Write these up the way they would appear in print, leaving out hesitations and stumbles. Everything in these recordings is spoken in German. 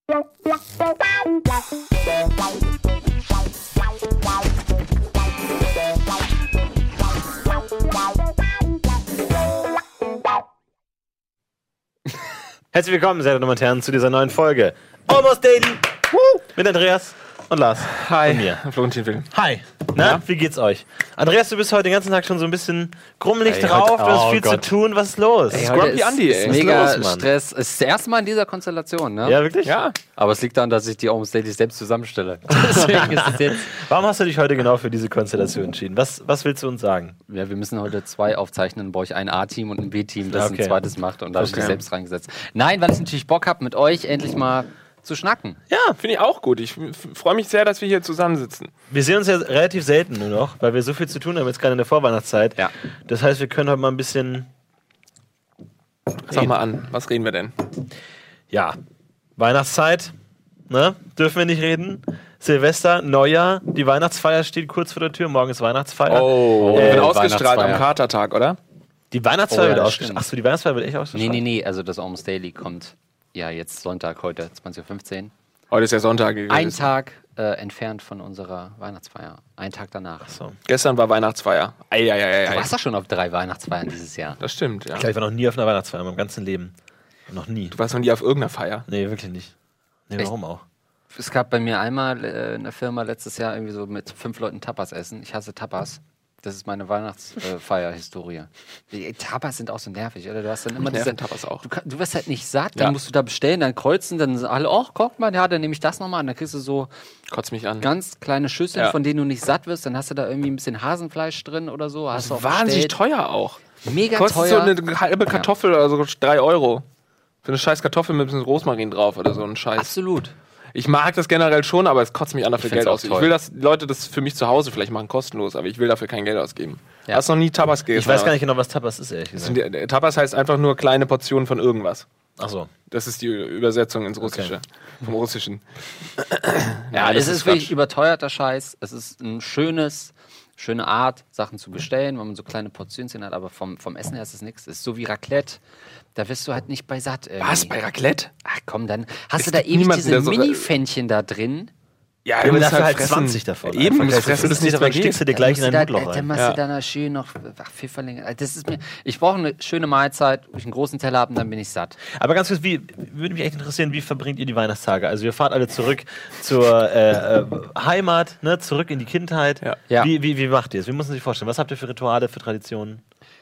Herzlich willkommen, sehr Damen und Herren, zu dieser neuen Folge Almost Daily mit Andreas und Lars. Hi, und mir. Florentin Will. Hi. Na, Ja? wie geht's euch? Andreas, du bist heute den ganzen Tag schon so ein bisschen grummelig Ey, drauf, heute- du hast oh viel Gott. zu tun, was ist los? Ey, Grumpy heute ist, Andy, ey. ist Was ist mega los, Mann? Stress. Es ist das erste Mal in dieser Konstellation, ne? Ja, wirklich? Ja, Aber es liegt daran, dass ich die Almost Daily selbst zusammenstelle. Deswegen ist es jetzt. Warum hast du dich heute genau für diese Konstellation entschieden? Was willst du uns sagen? Ja, wir müssen heute 2 aufzeichnen. Dann brauche ich ein A-Team und ein B-Team, das Okay. ein zweites macht. Und da habe ich mich Okay. selbst reingesetzt. Nein, weil ich natürlich Bock habe, mit euch endlich mal zu schnacken. ja, finde ich auch gut. Ich freue mich sehr, dass wir hier zusammensitzen. Wir sehen uns ja relativ selten nur noch, weil wir so viel zu tun haben, jetzt gerade in der Vorweihnachtszeit. Ja. Das heißt, wir können heute mal ein bisschen, Sag mal an, was reden wir denn? ja, Weihnachtszeit, ne? Dürfen wir nicht reden. Silvester, Neujahr, die Weihnachtsfeier steht kurz vor der Tür, morgen ist Weihnachtsfeier. Oh, Äh, wird ausgestrahlt am Weihnachtsfeier. Katertag, oder? Die Weihnachtsfeier Oh ja, wird das ausgestrahlt. stimmt. Achso, die Weihnachtsfeier wird echt ausgestrahlt? Nee. Also das Almost Daily kommt ja jetzt Sonntag, heute 20.15 Uhr. Heute ist ja Sonntag gewesen. Ein Tag entfernt von unserer Weihnachtsfeier. Ein Tag danach. So. Gestern war Weihnachtsfeier. Du Eieieiei. warst doch schon auf 3 Weihnachtsfeiern dieses Jahr. Das stimmt, ja. Ich glaube, ich war noch nie auf einer Weihnachtsfeier in meinem ganzen Leben. Noch nie. Du warst noch nie auf irgendeiner Feier. Nee, wirklich nicht. Nee, Echt? warum auch? Es gab bei mir einmal in der Firma letztes Jahr irgendwie so mit 5 Leuten Tapas essen. Ich hasse Tapas. Das ist meine Weihnachtsfeier-Historie. Tapas sind auch so nervig, oder? Du hast dann immer diese. nerven Tapas auch. Du wirst halt nicht satt, dann Ja. musst du da bestellen, dann kreuzen, dann sind alle, oh, guck mal, ja, dann nehme ich das nochmal. Und dann kriegst du so Kotzt mich an. ganz kleine Schüsseln, Ja. von denen du nicht satt wirst. Dann hast du da irgendwie ein bisschen Hasenfleisch drin oder so. Hast du auch Wahnsinnig bestellt. teuer auch. Mega Kostet teuer. so eine halbe Kartoffel oder so 3 Euro. Für eine scheiß Kartoffel mit ein bisschen Rosmarin drauf oder so ein Scheiß. Absolut. Ich mag das generell schon, aber es kotzt mich an, dafür find's Geld auch auszugeben. Ich toll. will, dass Leute das für mich zu Hause vielleicht machen, kostenlos, aber ich will dafür kein Geld ausgeben. Ja. Hast du noch nie Tapas gegessen? Ich weiß gar oder nicht genau, was Tapas ist, ehrlich gesagt. was? Tapas heißt einfach nur kleine Portionen von irgendwas. Achso. Das ist die Übersetzung ins Russische. Vom Russischen. Ja, das es ist wirklich Quatsch. überteuerter Scheiß. Es ist ein schöne Art, Sachen zu bestellen, wenn man so kleine Portionchen hat, aber vom Essen her ist es nichts. Es ist so wie Raclette. Da wirst du halt nicht bei satt. Irgendwie. Was? Bei Raclette? Ach komm, dann hast Es du da gibt ewig niemanden, diese der so- Mini-Fännchen da drin. Ja, aber musst dafür halt fressen. 20 davon. Eben, Einfach. du musst fressen, das nicht dann mehr stickst du geht. dir gleich in Dann dein musst du Mundloch Dann rein. machst Ja. du da noch schön noch Pfifferlinge. Ich brauche eine schöne Mahlzeit, wo ich einen großen Teller habe und dann bin ich satt. Aber ganz kurz, würde mich echt interessieren, wie verbringt ihr die Weihnachtstage? Also ihr fahrt alle zurück zur Heimat, ne, zurück in die Kindheit. Ja. Ja. Wie macht ihr es? Wie muss man sich vorstellen? Was habt ihr für Rituale, für Traditionen?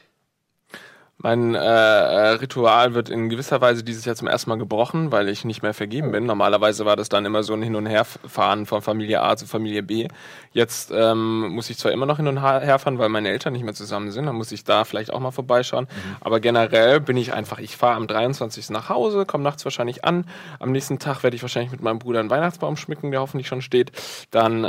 Mein Ritual wird in gewisser Weise dieses Jahr zum ersten Mal gebrochen, weil ich nicht mehr vergeben bin. Normalerweise war das dann immer so ein Hin- und Herfahren von Familie A zu Familie B. Jetzt muss ich zwar immer noch hin und her fahren, weil meine Eltern nicht mehr zusammen sind. Dann muss ich da vielleicht auch mal vorbeischauen. Aber generell bin ich einfach, ich fahre am 23. nach Hause, komme nachts wahrscheinlich an. Am nächsten Tag werde ich wahrscheinlich mit meinem Bruder einen Weihnachtsbaum schmücken, der hoffentlich schon steht. Dann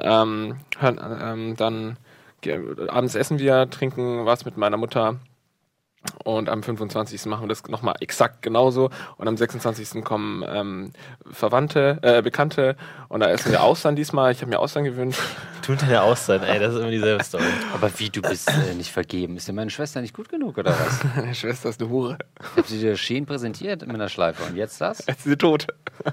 abends essen wir, trinken was mit meiner Mutter. Und am 25. machen wir das nochmal exakt genauso. Und am 26. kommen Bekannte. Und da essen wir Austern diesmal. Ich habe mir Austern gewünscht. Tut deine Auszeit, ey, das ist immer dieselbe Story. Aber wie, du bist nicht vergeben? Ist dir meine Schwester nicht gut genug, oder was? Meine Schwester ist eine Hure. Ich habe sie dir schön präsentiert mit einer Schleife. Und jetzt das? Jetzt ist sie tot.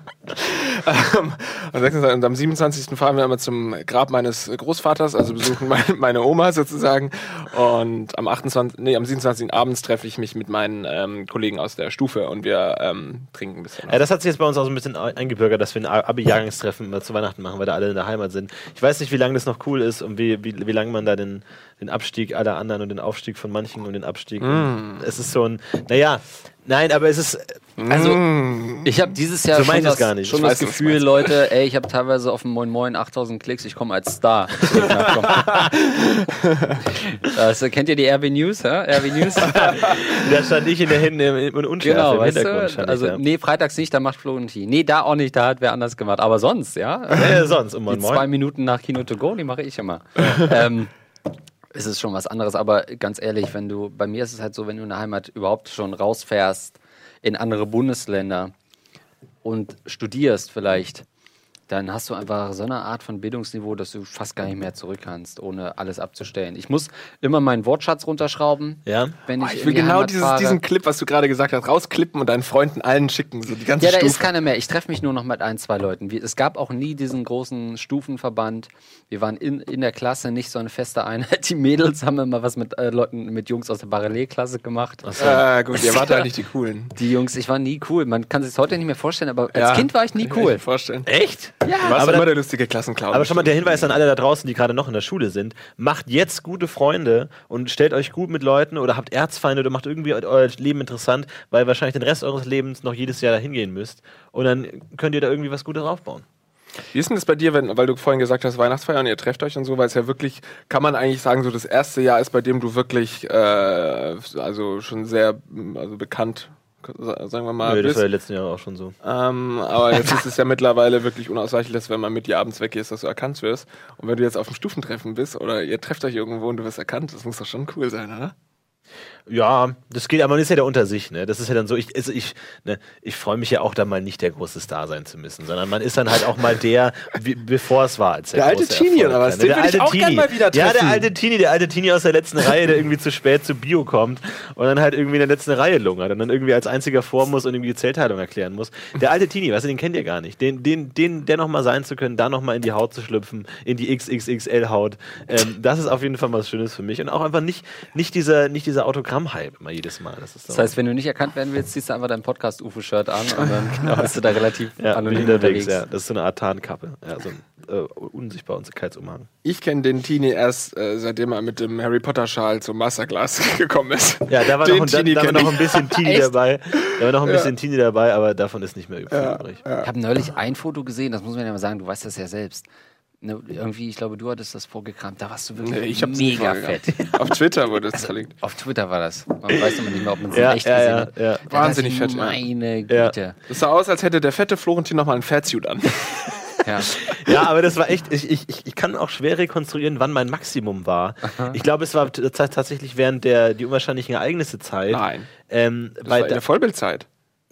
Und am 27. fahren wir immer zum Grab meines Großvaters, also besuchen meine Oma sozusagen. Und am 27. abends treffe ich mich mit meinen Kollegen aus der Stufe und wir trinken ein bisschen. Ja, das hat sich jetzt bei uns auch so ein bisschen eingebürgert, dass wir ein Abi-Jahrgangstreffen immer zu Weihnachten machen, weil da alle in der Heimat sind. Ich weiß nicht, wie lange das noch cool ist und wie lange man da den Abstieg aller anderen und den Aufstieg von manchen und den Abstieg. Es ist so ein, aber es ist, Also, ich habe dieses Jahr So meine schon ich das gar nicht. schon Ich das weiß, was du Gefühl, meinst. Leute, ey, ich habe teilweise auf dem Moin Moin 8000 Klicks, ich komme als Star. Kennt ihr die RB News, ja? RB News? da stand ich in der Unschärfe Genau, im weißt Hintergrund. du? stand Also, ich, ja. nee, freitags nicht, da macht Florentin. Nee, da auch nicht, da hat wer anders gemacht. Aber sonst, ja? Sonst, um Die 2 Minuten nach Kino to go, die mache ich immer. Es ist schon was anderes, aber ganz ehrlich, bei mir ist es halt so, wenn du in der Heimat überhaupt schon rausfährst in andere Bundesländer und studierst vielleicht, dann hast du einfach so eine Art von Bildungsniveau, dass du fast gar nicht mehr zurück kannst, ohne alles abzustellen. Ich muss immer meinen Wortschatz runterschrauben, Ja. wenn ich Ich in will die genau Heimat fahre. diesen Clip, was du gerade gesagt hast, rausklippen und deinen Freunden allen schicken. So die ganze Ja, da Stufe. ist keiner mehr. Ich treffe mich nur noch mit 1, 2 Leuten. Es gab auch nie diesen großen Stufenverband. Wir waren in der Klasse nicht so eine feste Einheit. Die Mädels haben immer was mit Leuten, mit Jungs aus der Parallelklasse gemacht. Gut, ihr wart halt nicht die Coolen. Die Jungs, ich war nie cool. Man kann sich das heute nicht mehr vorstellen, aber als Kind war ich nie Kann ich cool. mir vorstellen. Echt? Du warst aber immer dann- der lustige Klassenclown. Aber schon mal der Hinweis an alle da draußen, die gerade noch in der Schule sind. Macht jetzt gute Freunde und stellt euch gut mit Leuten oder habt Erzfeinde oder macht irgendwie euer Leben interessant, weil ihr wahrscheinlich den Rest eures Lebens noch jedes Jahr dahin gehen müsst. Und dann könnt ihr da irgendwie was Gutes aufbauen. Wie ist denn das bei dir, weil du vorhin gesagt hast, Weihnachtsfeier und ihr trefft euch und so, weil es ja wirklich, kann man eigentlich sagen, so das erste Jahr ist, bei dem du wirklich, also schon sehr, also bekannt, sagen wir mal, Nö, das bist. war ja letzten Jahre auch schon so. Aber jetzt ist es ja mittlerweile wirklich unausweichlich, dass wenn man mit dir abends weggeht, dass du erkannt wirst. Und wenn du jetzt auf dem Stufentreffen bist oder ihr trefft euch irgendwo und du wirst erkannt, das muss doch schon cool sein, oder? Ja, das geht, aber man ist ja der unter sich, ne? Das ist ja dann so, ich freue mich ja auch dann mal nicht der große Star sein zu müssen, sondern man ist dann halt auch mal der, bevor es war, als Der alte große Teenie Erfolg, oder was? ne? Den will ich auch gern mal wieder Ja, treffen. der alte Teenie aus der letzten Reihe, der irgendwie zu spät zu Bio kommt und dann halt irgendwie in der letzten Reihe lungert und dann irgendwie als einziger vor muss und irgendwie die Zellteilung erklären muss. Der alte Teenie, weißt du, den kennt ihr gar nicht. Der nochmal sein zu können, da nochmal in die Haut zu schlüpfen, in die XXXL-Haut, das ist auf jeden Fall was Schönes für mich und auch einfach nicht dieser Autogramm-Hype immer jedes Mal. Das heißt, wenn du nicht erkannt werden willst, ziehst du einfach dein Podcast-UFO-Shirt an und dann bist du da relativ ja, bin anonym ich unterwegs, unterwegs. ja. Das ist so eine Art Tarnkappe. Ja, so ein Unsichtbarkeitsumhang. Ich kenne den Teenie erst, seitdem er mit dem Harry Potter-Schal zum Masterclass gekommen ist. Ja, da war, Den noch, Teenie da war kenn noch ein bisschen Teenie Echt? dabei. Da war noch ein bisschen Teenie dabei, aber davon ist nicht mehr übrig. Ich habe neulich ein Foto gesehen, das muss man ja mal sagen, du weißt das ja selbst. Ne, irgendwie, ich glaube, du hattest das vorgekramt, da warst du wirklich Nee, ich hab's nicht mega vorgekramt. fett. Auf Twitter wurde es verlinkt. Auf Twitter war das. Man weiß immer nicht mehr, ob man es Ja, in echt ja, gesehen ja, hat. ja. Da Wahnsinnig dachte ich, fett, ja. Meine Ja. Güte. Das sah aus, als hätte der fette Florentin nochmal einen Fatsuit an. Ja. Ja, aber das war echt, ich kann auch schwer rekonstruieren, wann mein Maximum war. Ich glaube, es war tatsächlich während die unwahrscheinlichen Ereignisse Zeit. Nein. Das Weil war in der Vollbildzeit.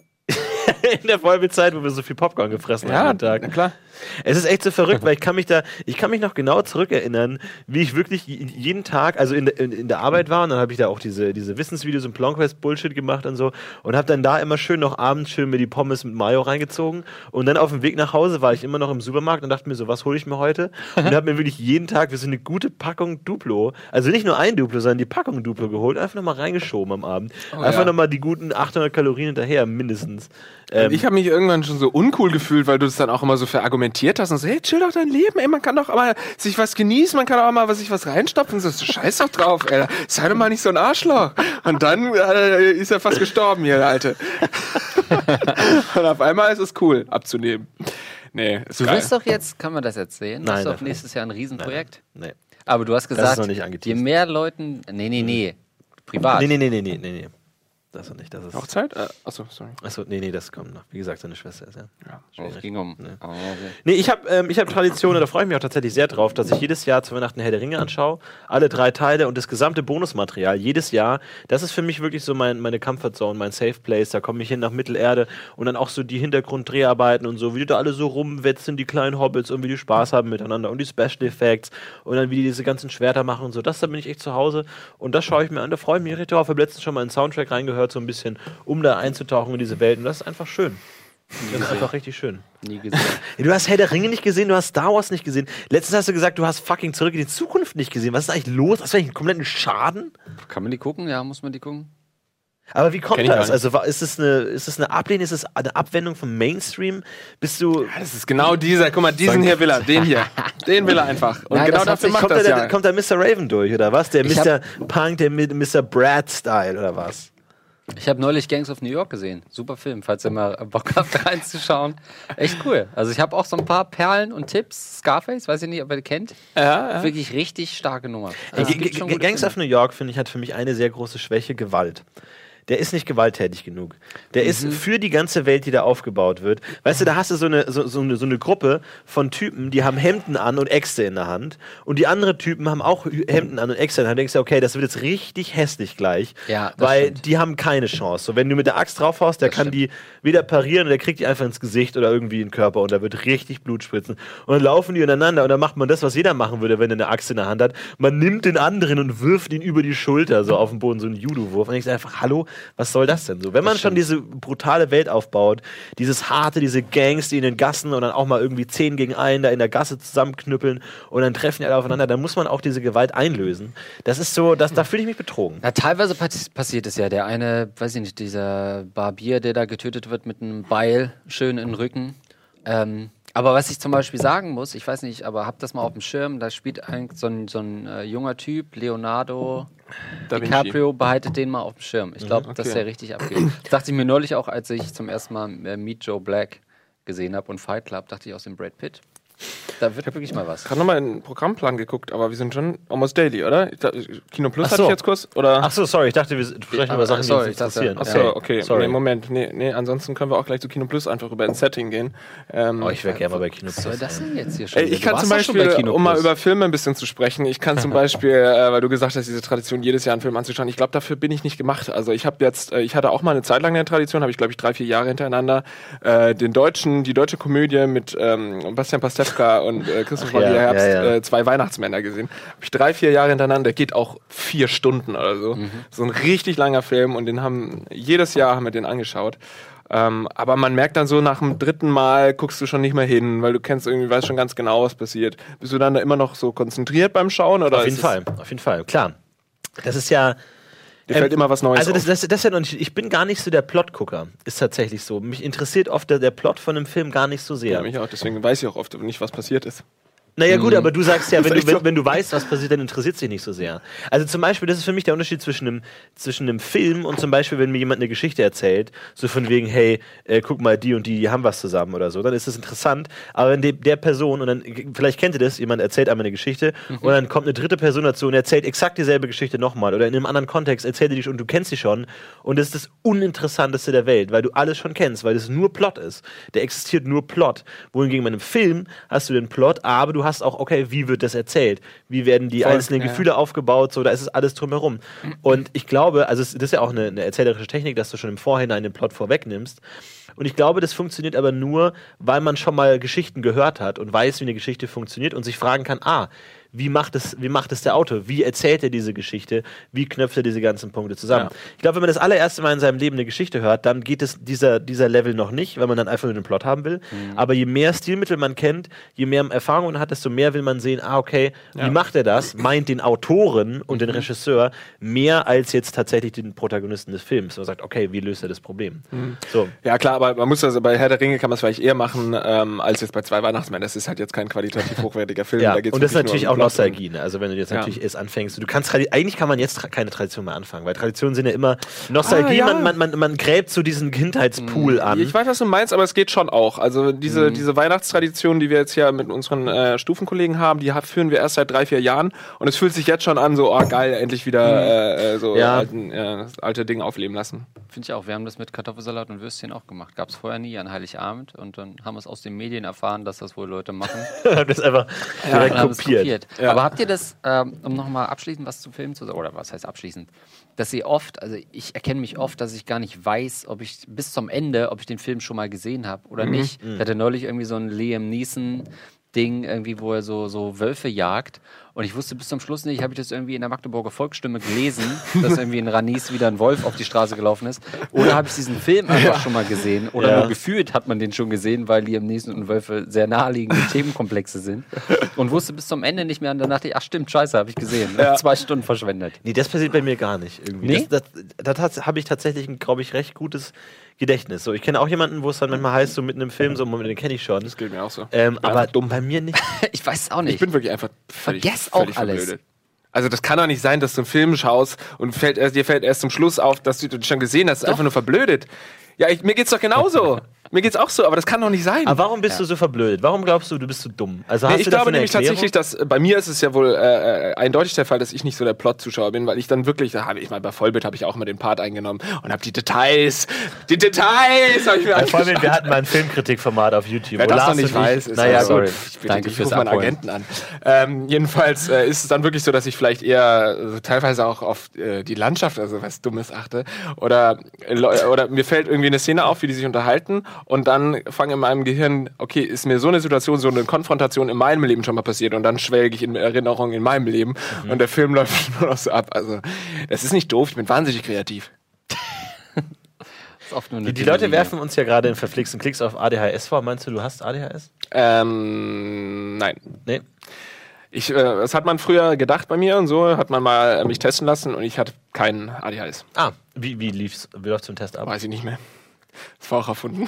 in der Vollbildzeit, wo wir so viel Popcorn gefressen haben jeden Tag. na klar. Es ist echt so verrückt, weil ich kann mich noch genau zurückerinnern, wie ich wirklich jeden Tag, also in der Arbeit war und dann habe ich da auch diese Wissensvideos und Plonquest-Bullshit gemacht und so und habe dann da immer schön noch abends schön mir die Pommes mit Mayo reingezogen und dann auf dem Weg nach Hause war ich immer noch im Supermarkt und dachte mir so, was hole ich mir heute? Und habe mir wirklich jeden Tag für so eine gute Packung Duplo, also nicht nur ein Duplo, sondern die Packung Duplo geholt, einfach nochmal reingeschoben am Abend. Einfach nochmal die guten 800 Kalorien hinterher, mindestens. Ich habe mich irgendwann schon so uncool gefühlt, weil du das dann auch immer so verargumentiert hast und so, hey, chill doch dein Leben, ey, man kann doch mal sich was genießen, man kann auch mal sich was reinstopfen, so, scheiß doch drauf, ey, sei doch mal nicht so ein Arschloch. Und dann ist er fast gestorben hier, der Alte. Und auf einmal ist es cool, abzunehmen. Nee, ist Du geil. wirst doch jetzt, kann man das erzählen? Nein, Das ist doch darf nicht. nächstes Jahr ein Riesenprojekt. Nee. Aber du hast ist gesagt, noch nicht je angeteased. mehr Leuten, nee, privat. Nee. Das noch nicht. Das ist. Hochzeit? Achso, sorry. Achso, nee, das kommt noch. Wie gesagt, seine Schwester ist ja. Oh, es ging um. Oh, okay. Nee, ich hab Tradition, und da freue ich mich auch tatsächlich sehr drauf, dass ich jedes Jahr zu Weihnachten Herr der Ringe anschaue. Alle 3 Teile und das gesamte Bonusmaterial jedes Jahr. Das ist für mich wirklich so meine Comfortzone, mein Safe Place. Da komme ich hin nach Mittelerde und dann auch so die Hintergrunddreharbeiten und so, wie die da alle so rumwetzen, die kleinen Hobbits und wie die Spaß haben miteinander und die Special Effects und dann wie die diese ganzen Schwerter machen und so. Da bin ich echt zu Hause und das schaue ich mir an. Da freue ich mich richtig drauf. Ich habe letztens schon mal einen Soundtrack reingehört, so ein bisschen, um da einzutauchen in diese Welt. Und das ist einfach schön. Das ist einfach richtig schön. Nie gesehen. Du hast Herr der Ringe nicht gesehen, du hast Star Wars nicht gesehen. Letztens hast du gesagt, du hast fucking Zurück in die Zukunft nicht gesehen. Was ist eigentlich los? Hast du eigentlich einen kompletten Schaden? Kann man die gucken? Ja, muss man die gucken? Aber wie kommt Kenn ich das? gar nicht. Also ist es eine Ablehnung, ist es eine Abwendung vom Mainstream? Bist du... Das ist genau dieser, guck mal, diesen hier will er, den hier. Den will er einfach. Und Nein, genau das hat dafür sich- macht kommt, das ja. kommt da Mr. Raven durch, oder was? Der Ich Mr. Punk, der Mr. Brad-Style, oder was? Ich habe neulich Gangs of New York gesehen. Super Film, falls ihr mal Bock habt reinzuschauen. Echt cool. Also ich habe auch so ein paar Perlen und Tipps. Scarface, weiß ich nicht, ob ihr den kennt. Ja. Wirklich richtig starke Nummer. Also es gibt schon gute Gangs Filme. of New York, finde ich, hat für mich eine sehr große Schwäche, Gewalt. der ist nicht gewalttätig genug. Der ist für die ganze Welt, die da aufgebaut wird. Weißt du, da hast du so eine Gruppe von Typen, die haben Hemden an und Äxte in der Hand. Und die anderen Typen haben auch Hemden an und Äxte in der Hand. Da denkst du, okay, das wird jetzt richtig hässlich gleich. Ja, weil stimmt. die haben keine Chance. So, wenn du mit der Axt draufhaust, der kann die weder parieren, oder der kriegt die einfach ins Gesicht oder irgendwie in den Körper und da wird richtig Blut spritzen. Und dann laufen die ineinander und dann macht man das, was jeder machen würde, wenn er eine Axt in der Hand hat. Man nimmt den anderen und wirft ihn über die Schulter, so auf den Boden, so ein Judo-Wurf. Und ich sage einfach, hallo, was soll das denn so? Wenn man schon diese brutale Welt aufbaut, dieses harte, diese Gangs, die in den Gassen und dann auch mal irgendwie 10 gegen 1 da in der Gasse zusammenknüppeln und dann treffen die alle aufeinander, dann muss man auch diese Gewalt einlösen. Das ist so, da fühle ich mich betrogen. Ja, teilweise passiert es ja. Der eine, weiß ich nicht, dieser Barbier, der da getötet wird mit einem Beil, schön in den Rücken. Aber was ich zum Beispiel sagen muss, ich weiß nicht, aber habt das mal auf dem Schirm, da spielt so ein junger Typ, Leonardo DiCaprio, behaltet den mal auf dem Schirm. Ich glaube, dass der richtig abgeht. Das dachte ich mir neulich auch, als ich zum ersten Mal Meet Joe Black gesehen habe und Fight Club, dachte ich aus dem Brad Pitt. Da wird wirklich mal was. Ich habe nochmal in den Programmplan geguckt, aber wir sind schon almost daily, oder? Kino Plus hatte ich jetzt kurz? Oder? Ach so, sorry, ich dachte, wir sprechen über Sachen, die uns interessieren. Achso, okay. Sorry. Nee, Moment. Nee, ansonsten können wir auch gleich zu Kino Plus einfach über ein Setting gehen. Ich wäre gerne mal bei Kino Plus. Was soll das denn jetzt hier schon? Ich kann zum Beispiel, um mal über Filme ein bisschen zu sprechen, ich kann zum Beispiel, weil du gesagt hast, diese Tradition, jedes Jahr einen Film anzuschauen, ich glaube, dafür bin ich nicht gemacht. Also ich hatte auch mal eine Zeit lang eine Tradition, habe ich glaube ich 3-4 Jahre hintereinander, die deutsche Komödie mit Bastian Pastewka und Christoph Maria Herbst, 2 Weihnachtsmänner gesehen. Habe ich 3-4 Jahre hintereinander, der geht auch 4 Stunden oder so. So ein richtig langer Film und jedes Jahr haben wir den angeschaut. Aber man merkt dann so, nach dem 3. Mal guckst du schon nicht mehr hin, weil du weißt schon ganz genau, was passiert. Bist du dann da immer noch so konzentriert beim Schauen? Oder auf jeden Fall, klar. Das ist ja... Dir fällt immer was Neues also auf. Das ist ja noch nicht, ich bin gar nicht so der Plotgucker, ist tatsächlich so. Mich interessiert oft der Plot von einem Film gar nicht so sehr. Ja, mich auch, deswegen weiß ich auch oft nicht, was passiert ist. Naja gut, aber du sagst ja, wenn du weißt, was passiert, dann interessiert es dich nicht so sehr. Also zum Beispiel, das ist für mich der Unterschied zwischen einem Film und zum Beispiel, wenn mir jemand eine Geschichte erzählt, so von wegen, hey, guck mal, die und die haben was zusammen oder so, dann ist das interessant, aber wenn der Person, und dann, vielleicht kennt ihr das, jemand erzählt einmal eine Geschichte und dann kommt eine dritte Person dazu und erzählt exakt dieselbe Geschichte nochmal oder in einem anderen Kontext erzählt die und du kennst sie schon und das ist das Uninteressanteste der Welt, weil du alles schon kennst, weil es nur Plot ist. Der existiert nur Plot. Wohingegen bei einem Film hast du den Plot, aber du hast auch, okay, wie wird das erzählt? Wie werden die einzelnen Gefühle aufgebaut? So, da ist es alles drumherum. Und ich glaube, also das ist ja auch eine erzählerische Technik, dass du schon im Vorhinein den Plot vorwegnimmst. Und ich glaube, das funktioniert aber nur, weil man schon mal Geschichten gehört hat und weiß, wie eine Geschichte funktioniert und sich fragen kann, wie macht es der Autor? Wie erzählt er diese Geschichte? Wie knöpft er diese ganzen Punkte zusammen? Ja. Ich glaube, wenn man das allererste Mal in seinem Leben eine Geschichte hört, dann geht es dieser Level noch nicht, weil man dann einfach nur den Plot haben will. Aber je mehr Stilmittel man kennt, je mehr Erfahrung man hat, desto mehr will man sehen, wie macht er das? Meint den Autoren und den Regisseur mehr als jetzt tatsächlich den Protagonisten des Films. Man sagt, okay, wie löst er das Problem? So. Ja klar, aber man muss also bei Herr der Ringe kann man es vielleicht eher machen, als jetzt bei 2 Weihnachtsmännern. Das ist halt jetzt kein qualitativ hochwertiger Film. Ja, da geht's und das ist natürlich auch Nostalgie, ne? Also wenn du jetzt natürlich erst anfängst, eigentlich kann man jetzt keine Tradition mehr anfangen, weil Traditionen sind ja immer Nostalgie, man gräbt so diesen Kindheitspool an. Ich weiß, was du meinst, aber es geht schon auch. Also diese Weihnachtstradition, die wir jetzt hier mit unseren Stufenkollegen haben, die führen wir erst seit 3-4 Jahren und es fühlt sich jetzt schon an, so, geil, endlich wieder das alte Ding aufleben lassen. Finde ich auch. Wir haben das mit Kartoffelsalat und Würstchen auch gemacht. Gab es vorher nie an Heiligabend und dann haben wir es aus den Medien erfahren, dass das wohl Leute machen. Das einfach direkt kopiert. Ja. Aber habt ihr das, um nochmal abschließend was zu Filmen zu sagen, oder was heißt abschließend, dass ihr oft, also ich erkenne mich oft, dass ich gar nicht weiß, ob ich bis zum Ende, ob ich den Film schon mal gesehen habe oder nicht. Ich hatte neulich irgendwie so ein Liam Neeson Ding, irgendwie, wo er so Wölfe jagt. Und ich wusste bis zum Schluss nicht, habe ich das irgendwie in der Magdeburger Volksstimme gelesen, dass irgendwie in Ranis wieder ein Wolf auf die Straße gelaufen ist. Oder habe ich diesen Film einfach schon mal gesehen. Oder nur gefühlt hat man den schon gesehen, weil Liam Neeson und Wölfe sehr naheliegende Themenkomplexe sind. Und wusste bis zum Ende nicht mehr. Und dann dachte ich, ach stimmt, scheiße, habe ich gesehen. 2 Stunden verschwendet. Nee, das passiert bei mir gar nicht irgendwie. Nee? Das habe ich tatsächlich ein, glaube ich, recht gutes Gedächtnis. So, ich kenne auch jemanden, wo es dann manchmal heißt, so mitten im Film, so, Moment, den kenne ich schon. Das gilt mir auch so. Aber dumm bei mir nicht. Ich weiß es auch nicht. Ich bin wirklich einfach Vergess auch alles. Verblödet. Also das kann doch nicht sein, dass du einen Film schaust und dir fällt erst zum Schluss auf, dass du den schon gesehen hast. Das ist einfach nur verblödet. Ja, mir geht's doch genauso. mir geht's auch so, aber das kann doch nicht sein. Aber warum bist du so verblödet? Warum glaubst du bist so dumm? Also hast Ich du glaube dafür eine nämlich Erklärung? tatsächlich, dass bei mir ist es ja wohl eindeutig der Fall, dass ich nicht so der Plot-Zuschauer bin, weil ich dann wirklich, bei Vollbild habe ich auch mal den Part eingenommen und habe die Details habe ich mir Bei angeschaut. Vollbild, wir hatten mal ein Filmkritikformat auf YouTube. Wer wo das Lars noch nicht und ich- weiß, ist naja, also, gut. Danke ich fürs rufe meinen Abholen. Agenten an. Jedenfalls ist es dann wirklich so, dass ich vielleicht eher teilweise auch auf die Landschaft, also was Dummes achte. Oder mir fällt irgendwie eine Szene auf, wie die sich unterhalten und dann fange in meinem Gehirn, okay, ist mir so eine Situation, so eine Konfrontation in meinem Leben schon mal passiert und dann schwelge ich in Erinnerungen in meinem Leben und der Film läuft nur noch so ab. Also das ist nicht doof, ich bin wahnsinnig kreativ. Ist oft nur eine Die dünne Leute Linie. werfen uns ja gerade in verflixten Klicks auf ADHS vor. Meinst du hast ADHS? Nein. Nee. Das hat man früher gedacht bei mir und so, hat man mal mich testen lassen und ich hatte keinen ADHS. Wie läuft's zum Test ab? Weiß ich nicht mehr. Das war auch erfunden.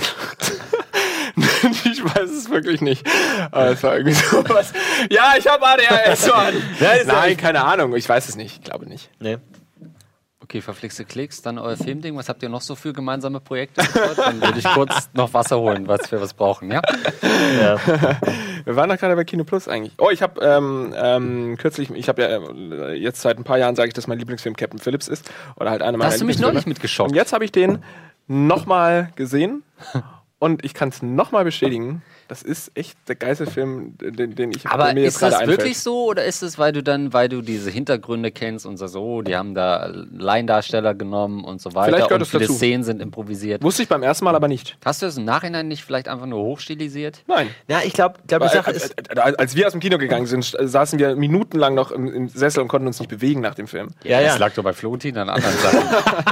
Ich weiß es wirklich nicht. Aber es war irgendwie sowas. Ja, ich habe ADHS, Mann. Nein, keine Ahnung. Ich weiß es nicht. Ich glaube nicht. Nee. Okay, verflixte Klicks, dann euer Filmding. Was habt ihr noch so für gemeinsame Projekte? Dann würde ich kurz noch Wasser holen, was wir brauchen, ja? Ja. Wir waren doch gerade bei Kino Plus eigentlich. Oh, ich habe kürzlich, jetzt seit ein paar Jahren sage ich, dass mein Lieblingsfilm Captain Phillips ist. Oder halt einer meiner Da hast du mich Lieblingsfilme. neulich mitgeschockt. Und jetzt habe ich den nochmal gesehen und ich kann es nochmal bestätigen. Das ist echt der geilste Film, den ich Aber mir jetzt ist gerade das einfällt. wirklich so oder ist es, weil du diese Hintergründe kennst und sagst, oh, die haben da Laiendarsteller genommen und so weiter Vielleicht gehört und es viele dazu. Szenen sind improvisiert. Wusste ich beim ersten Mal aber nicht. Hast du es im Nachhinein nicht vielleicht einfach nur hochstilisiert? Nein. Ja, ich glaube, die Sache ist. Als wir aus dem Kino gegangen sind, saßen wir minutenlang noch im Sessel und konnten uns nicht bewegen nach dem Film. Ja, Das ja. lag doch bei Florentin an anderen Sachen.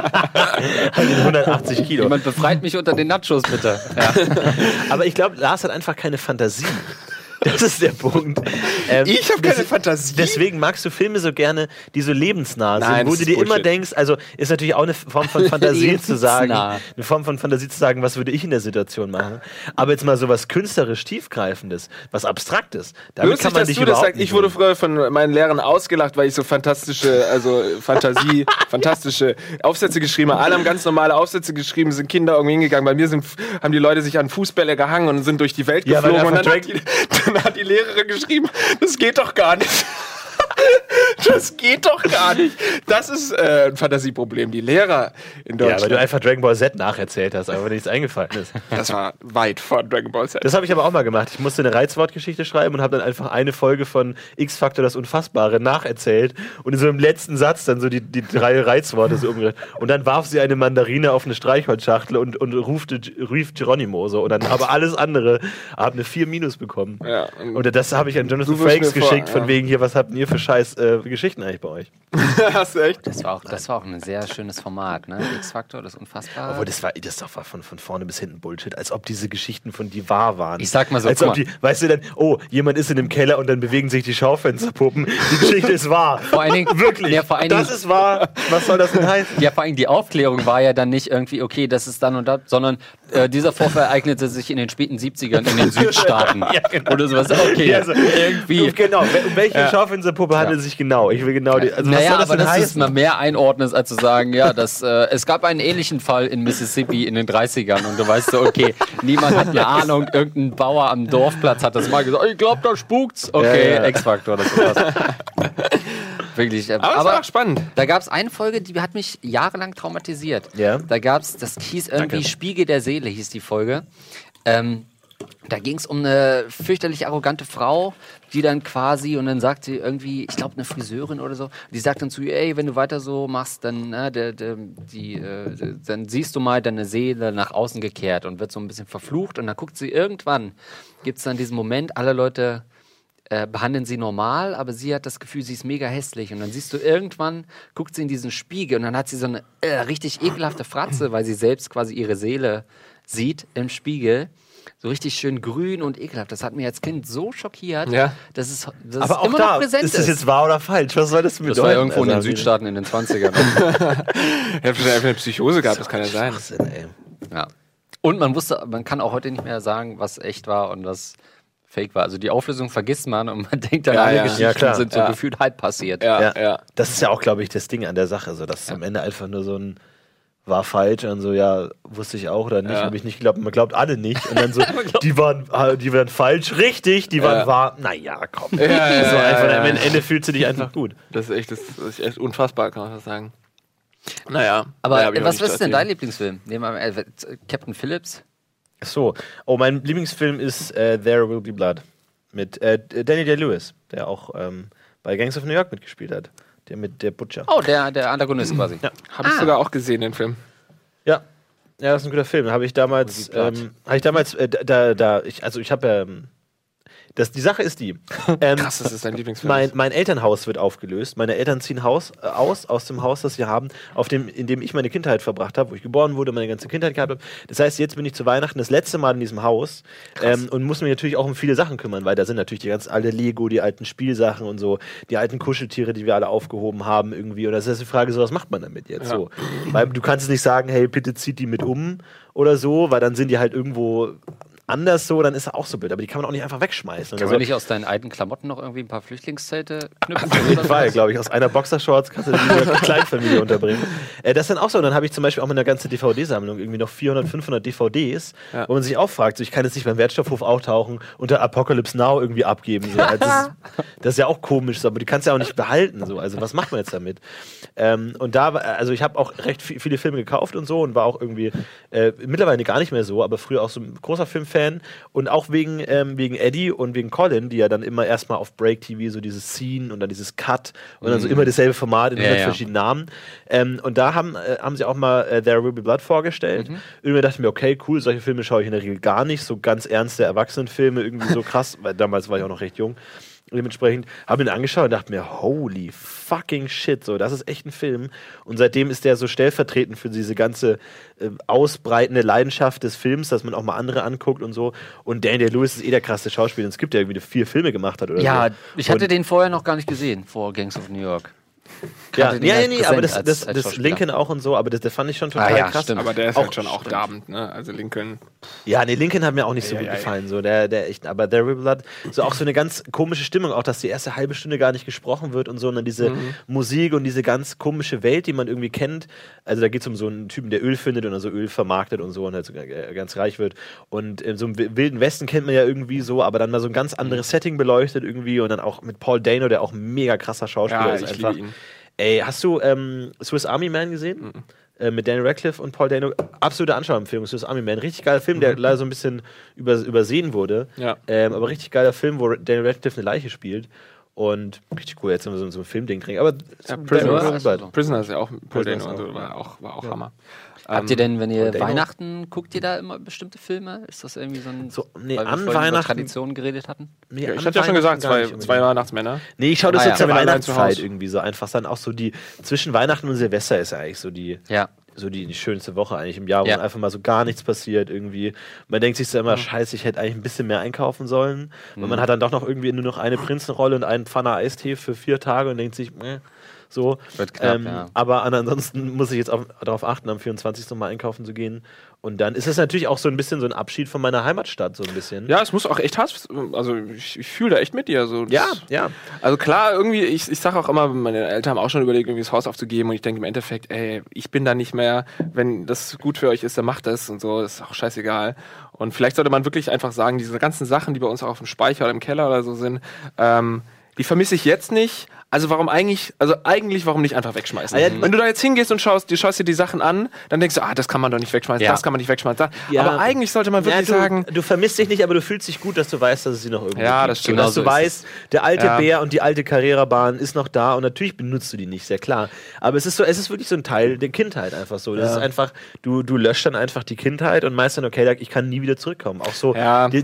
Den 180 Kilo. Jemand befreit mich unter den Nachos, bitte. Ja. Aber ich glaube, Lars hat einfach keine Fantasie. Das ist der Punkt. Ich habe keine Fantasie. Deswegen magst du Filme so gerne, die so lebensnah sind, Nein, wo das du ist dir immer Bullshit. denkst, also ist natürlich auch eine Form von Fantasie zu sagen, Lebensnah. eine Form von Fantasie zu sagen, was würde ich in der Situation machen. Aber jetzt mal so was künstlerisch tiefgreifendes, was Abstraktes. Damit Lustig, kann man dass dich du das überhaupt sagst. nicht Ich wurde nehmen. früher von meinen Lehrern ausgelacht, weil ich so fantastische Aufsätze geschrieben habe. Alle haben ganz normale Aufsätze geschrieben, sind Kinder irgendwie hingegangen. Bei mir haben die Leute sich an Fußbälle gehangen und sind durch die Welt Ja, weil geflogen. Und einfach dann hat die Lehrerin geschrieben, das geht doch gar nicht. Das geht doch gar nicht. Das ist ein Fantasieproblem. Die Lehrer in Ja, weil du Deutschland. einfach Dragon Ball Z nacherzählt hast, aber nichts eingefallen ist. Das war weit vor Dragon Ball Z. Das habe ich aber auch mal gemacht. Ich musste eine Reizwortgeschichte schreiben und habe dann einfach eine Folge von X-Factor das Unfassbare nacherzählt und in so einem letzten Satz dann so die 3 Reizworte so umgerechnet. Und dann warf sie eine Mandarine auf eine Streichholzschachtel und rief Geronimo so. Und dann aber alles andere habe eine 4- bekommen. Ja, Und das habe ich an Jonathan Du wirst Frakes mir vor- geschickt, von ja. wegen hier, was habt ihr für scheiß Geschichten eigentlich bei euch? Hast du echt? Das war auch ein sehr schönes Format, ne? X-Factor, das Unfassbare. Obwohl, das war von vorne bis hinten Bullshit, als ob diese Geschichten von die wahr waren. Ich sag mal so, als guck ob die, weißt du dann, oh, jemand ist in dem Keller und dann bewegen sich die Schaufensterpuppen. Die Geschichte ist wahr. Vor allen Dingen, Wirklich. Ja, vor allen Das Dingen, ist wahr. Was soll das denn heißen? ja, vor allem die Aufklärung war ja dann nicht irgendwie, okay, das ist dann und das, sondern dieser Vorfall ereignete sich in den späten 70ern in den Südstaaten. Ja, genau. Oder sowas. Okay, Ja, also, irgendwie. Genau, um welche Schaufensterpuppe handelt es sich genau? Ich will genau die. Also, was Naja, soll das aber denn das ist heißen? mal mehr einordnest, als zu sagen, ja, es gab einen ähnlichen Fall in Mississippi in den 30ern und du weißt so, okay, niemand hat eine Ahnung, irgendein Bauer am Dorfplatz hat das mal gesagt, ich glaube, da spukt's. Okay, Ja. X-Factor, das ist was. Wirklich. Aber es war auch spannend. Da gab es eine Folge, die hat mich jahrelang traumatisiert. Ja. Da gab's, das hieß irgendwie Danke. Spiegel der Seele, hieß die Folge. Da ging es um eine fürchterlich arrogante Frau, die dann quasi, und dann sagt sie irgendwie, ich glaube eine Friseurin oder so, die sagt dann zu ihr, ey, wenn du weiter so machst, dann, dann siehst du mal deine Seele nach außen gekehrt und wird so ein bisschen verflucht und dann guckt sie irgendwann, gibt es dann diesen Moment, alle Leute behandeln sie normal, aber sie hat das Gefühl, sie ist mega hässlich und dann siehst du irgendwann, guckt sie in diesen Spiegel und dann hat sie so eine richtig ekelhafte Fratze, weil sie selbst quasi ihre Seele sieht im Spiegel. So richtig schön grün und ekelhaft. Das hat mir als Kind so schockiert, Ja. dass es Aber auch immer da, noch präsent ist das jetzt wahr oder falsch? Was soll das bedeuten? Das war irgendwo in den Also, Südstaaten in den 20ern. Er hat vielleicht eine Psychose gehabt, das kann ja sein. Schwachsinn, ey. Ja. Und man kann auch heute nicht mehr sagen, was echt war und was fake war. Also die Auflösung vergisst man und man denkt dann, Ja, alle ja. Geschichten Ja, klar. sind so Ja. gefühlt halb passiert. Ja, Ja. ja. Das ist ja auch, glaube ich, das Ding an der Sache, so dass es am Ende einfach nur so ein war falsch. Und so, ja, wusste ich auch oder nicht, habe ich nicht geglaubt. Man glaubt alle nicht. Und dann so, die waren falsch, richtig, die waren wahr. Naja, komm. So einfach, am Ende fühlst du dich einfach gut. Das ist echt unfassbar, kann man das sagen. Naja. Aber was ist denn dein Lieblingsfilm? Captain Phillips? So, mein Lieblingsfilm ist There Will Be Blood mit Danny Day-Lewis, der auch bei Gangs of New York mitgespielt hat. Der Butcher. Oh, der Antagonist quasi. Ja. Habe ich sogar auch gesehen, den Film. Ja, das ist ein guter Film. Habe ich damals, die Sache ist die. Krass, das ist dein Lieblingsfilm. Mein Elternhaus wird aufgelöst. Meine Eltern ziehen aus dem Haus, das wir haben, in dem ich meine Kindheit verbracht habe, wo ich geboren wurde, meine ganze Kindheit gehabt habe. Das heißt, jetzt bin ich zu Weihnachten das letzte Mal in diesem Haus und muss mich natürlich auch um viele Sachen kümmern, weil da sind natürlich die ganz alte Lego, die alten Spielsachen und so, die alten Kuscheltiere, die wir alle aufgehoben haben irgendwie. Und das ist die Frage, so was macht man damit jetzt so? Weil du kannst nicht sagen, hey, bitte zieht die mit um oder so, weil dann sind die halt irgendwo anders so, dann ist er auch so blöd. Aber die kann man auch nicht einfach wegschmeißen. Kann man nicht aus deinen alten Klamotten noch irgendwie ein paar Flüchtlingszelte knüpfen? Auf jeden Fall, glaube ich. Aus einer Boxershorts kannst du eine Kleinfamilie unterbringen. Das ist dann auch so. Und dann habe ich zum Beispiel auch mit einer ganzen DVD-Sammlung irgendwie noch 400, 500 DVDs, wo man sich auch fragt, so, ich kann jetzt nicht beim Wertstoffhof auftauchen und der Apocalypse Now irgendwie abgeben. So. Also das ist ja auch komisch, so, aber die kannst du ja auch nicht behalten. So. Also was macht man jetzt damit? Und ich habe auch recht viele Filme gekauft und so und war auch irgendwie mittlerweile gar nicht mehr so, aber früher auch so ein großer Filmfan und auch wegen Eddie und wegen Colin, die ja dann immer erstmal auf Break TV so dieses Scene und dann dieses Cut und dann so immer dasselbe Format in verschiedenen Namen. Und da haben sie auch mal There Will Be Blood vorgestellt. Irgendwie dachte ich mir, okay, cool, solche Filme schaue ich in der Regel gar nicht, so ganz ernste Erwachsenenfilme, irgendwie so krass, weil damals war ich auch noch recht jung. Dementsprechend habe ich ihn angeschaut und dachte mir, holy fucking shit, so, das ist echt ein Film. Und seitdem ist der so stellvertretend für diese ganze ausbreitende Leidenschaft des Films, dass man auch mal andere anguckt und so. Und Daniel Day-Lewis ist der krasse Schauspieler. Und es gibt ja irgendwie 4 Filme gemacht hat oder so. Ja, ich hatte den vorher noch gar nicht gesehen, vor Gangs of New York. Nee, aber das Lincoln auch und so, aber das fand ich schon total krass. Stimmt. Aber der ist halt schon auch gabend, ne? Also Lincoln. Ja, Lincoln hat mir auch nicht so gut gefallen. So, der echt, aber There Will Be Blood, so auch so eine ganz komische Stimmung, auch dass die erste halbe Stunde gar nicht gesprochen wird und so, und dann diese Musik und diese ganz komische Welt, die man irgendwie kennt. Also da geht es um so einen Typen, der Öl findet und dann so Öl vermarktet und so und halt so ganz reich wird. Und in so einem Wilden Westen kennt man ja irgendwie so, aber dann mal so ein ganz anderes Setting beleuchtet irgendwie und dann auch mit Paul Dano, der auch ein mega krasser Schauspieler ist einfach. Ey, hast du Swiss Army Man gesehen? Mit Daniel Radcliffe und Paul Dano. Absolute Anschauempfehlung, Swiss Army Man. Richtig geiler Film, der leider so ein bisschen übersehen wurde. Ja. Aber richtig geiler Film, wo Daniel Radcliffe eine Leiche spielt. Und richtig cool, jetzt sind wir so ein Filmding drin. Aber Prisoner ist ja auch Paul Dano und so, war auch Hammer. Habt ihr denn, wenn ihr Weihnachten guckt, ihr da immer bestimmte Filme? Ist das irgendwie weil wir an vorhin Weihnachten über Traditionen geredet hatten? Nee, ich hatte ja schon gesagt, zwei Weihnachtsmänner. Nee, ich schaue das so zur Weihnachtszeit irgendwie so. Einfach dann auch so zwischen Weihnachten und Silvester ist ja eigentlich so die schönste Woche eigentlich im Jahr, wo einfach mal so gar nichts passiert irgendwie. Man denkt sich so immer, scheiße, ich hätte eigentlich ein bisschen mehr einkaufen sollen. Und man hat dann doch noch irgendwie nur noch eine Prinzenrolle und einen Pfanner Eistee für 4 Tage und denkt sich, so. Wird knapp, aber ansonsten muss ich jetzt auch darauf achten, am 24. Mal einkaufen zu gehen. Und dann ist es natürlich auch so ein bisschen so ein Abschied von meiner Heimatstadt, so ein bisschen. Ja, es muss auch echt hart, also ich fühle da echt mit dir. So. Ja. Also klar, irgendwie, ich sage auch immer, meine Eltern haben auch schon überlegt, irgendwie das Haus aufzugeben und ich denke im Endeffekt, ich bin da nicht mehr, wenn das gut für euch ist, dann macht das und so, das ist auch scheißegal. Und vielleicht sollte man wirklich einfach sagen, diese ganzen Sachen, die bei uns auch auf dem Speicher oder im Keller oder so sind, die vermisse ich jetzt nicht. Also warum nicht einfach wegschmeißen? Wenn du da jetzt hingehst und schaust dir die Sachen an, dann denkst du, das kann man doch nicht wegschmeißen, das kann man nicht wegschmeißen. Aber eigentlich sollte man wirklich sagen... Du vermisst dich nicht, aber du fühlst dich gut, dass du weißt, dass es sie noch irgendwo gibt. Das stimmt. Dass du weißt, der alte Bär und die alte Carrera-Bahn ist noch da und natürlich benutzt du die nicht, sehr klar. Aber es ist wirklich so ein Teil der Kindheit einfach so. Das ist einfach, du löscht dann einfach die Kindheit und meinst dann, okay, ich kann nie wieder zurückkommen. Auch so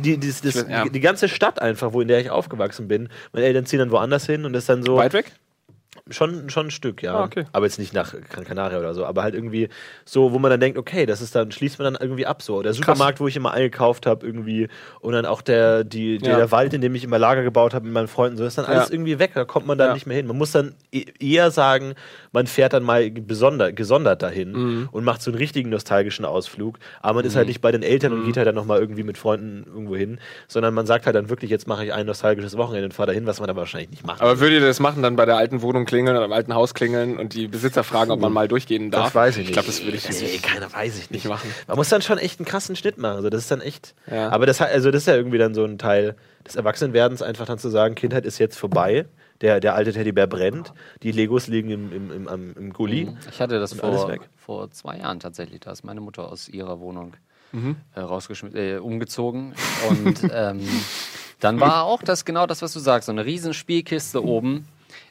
die ganze Stadt einfach, in der ich aufgewachsen bin. Meine Eltern ziehen dann woanders hin und das ist dann so... Weit weg? Schon ein Stück, ja. Okay. Aber jetzt nicht nach Gran Canaria oder so. Aber halt irgendwie so, wo man dann denkt, okay, das ist dann, schließt man dann irgendwie ab so. Der Supermarkt, wo ich immer eingekauft habe irgendwie und dann auch der Wald, in dem ich immer Lager gebaut habe mit meinen Freunden, so ist dann alles irgendwie weg. Da kommt man dann nicht mehr hin. Man muss dann eher sagen, man fährt dann mal gesondert dahin und macht so einen richtigen nostalgischen Ausflug. Aber man ist halt nicht bei den Eltern und geht halt dann nochmal irgendwie mit Freunden irgendwo hin, sondern man sagt halt dann wirklich, jetzt mache ich ein nostalgisches Wochenende und fahre dahin, was man aber wahrscheinlich nicht macht. Aber würdet ihr das machen, dann bei der alten Wohnung klingeln klingeln oder im alten Haus klingeln und die Besitzer fragen, ob man mal durchgehen darf. Das weiß ich nicht. Ich glaube, das würde ich keiner weiß ich nicht machen. Man muss dann schon echt einen krassen Schnitt machen. Also das ist dann echt. Ja. Aber das ist ja irgendwie dann so ein Teil des Erwachsenwerdens, einfach dann zu sagen, Kindheit ist jetzt vorbei. Der alte Teddybär brennt, die Legos liegen im Gully. Ich hatte das alles weg. vor 2 Jahren tatsächlich. Da ist meine Mutter aus ihrer Wohnung umgezogen. Und dann war auch genau das, was du sagst. So eine riesen Spielkiste oben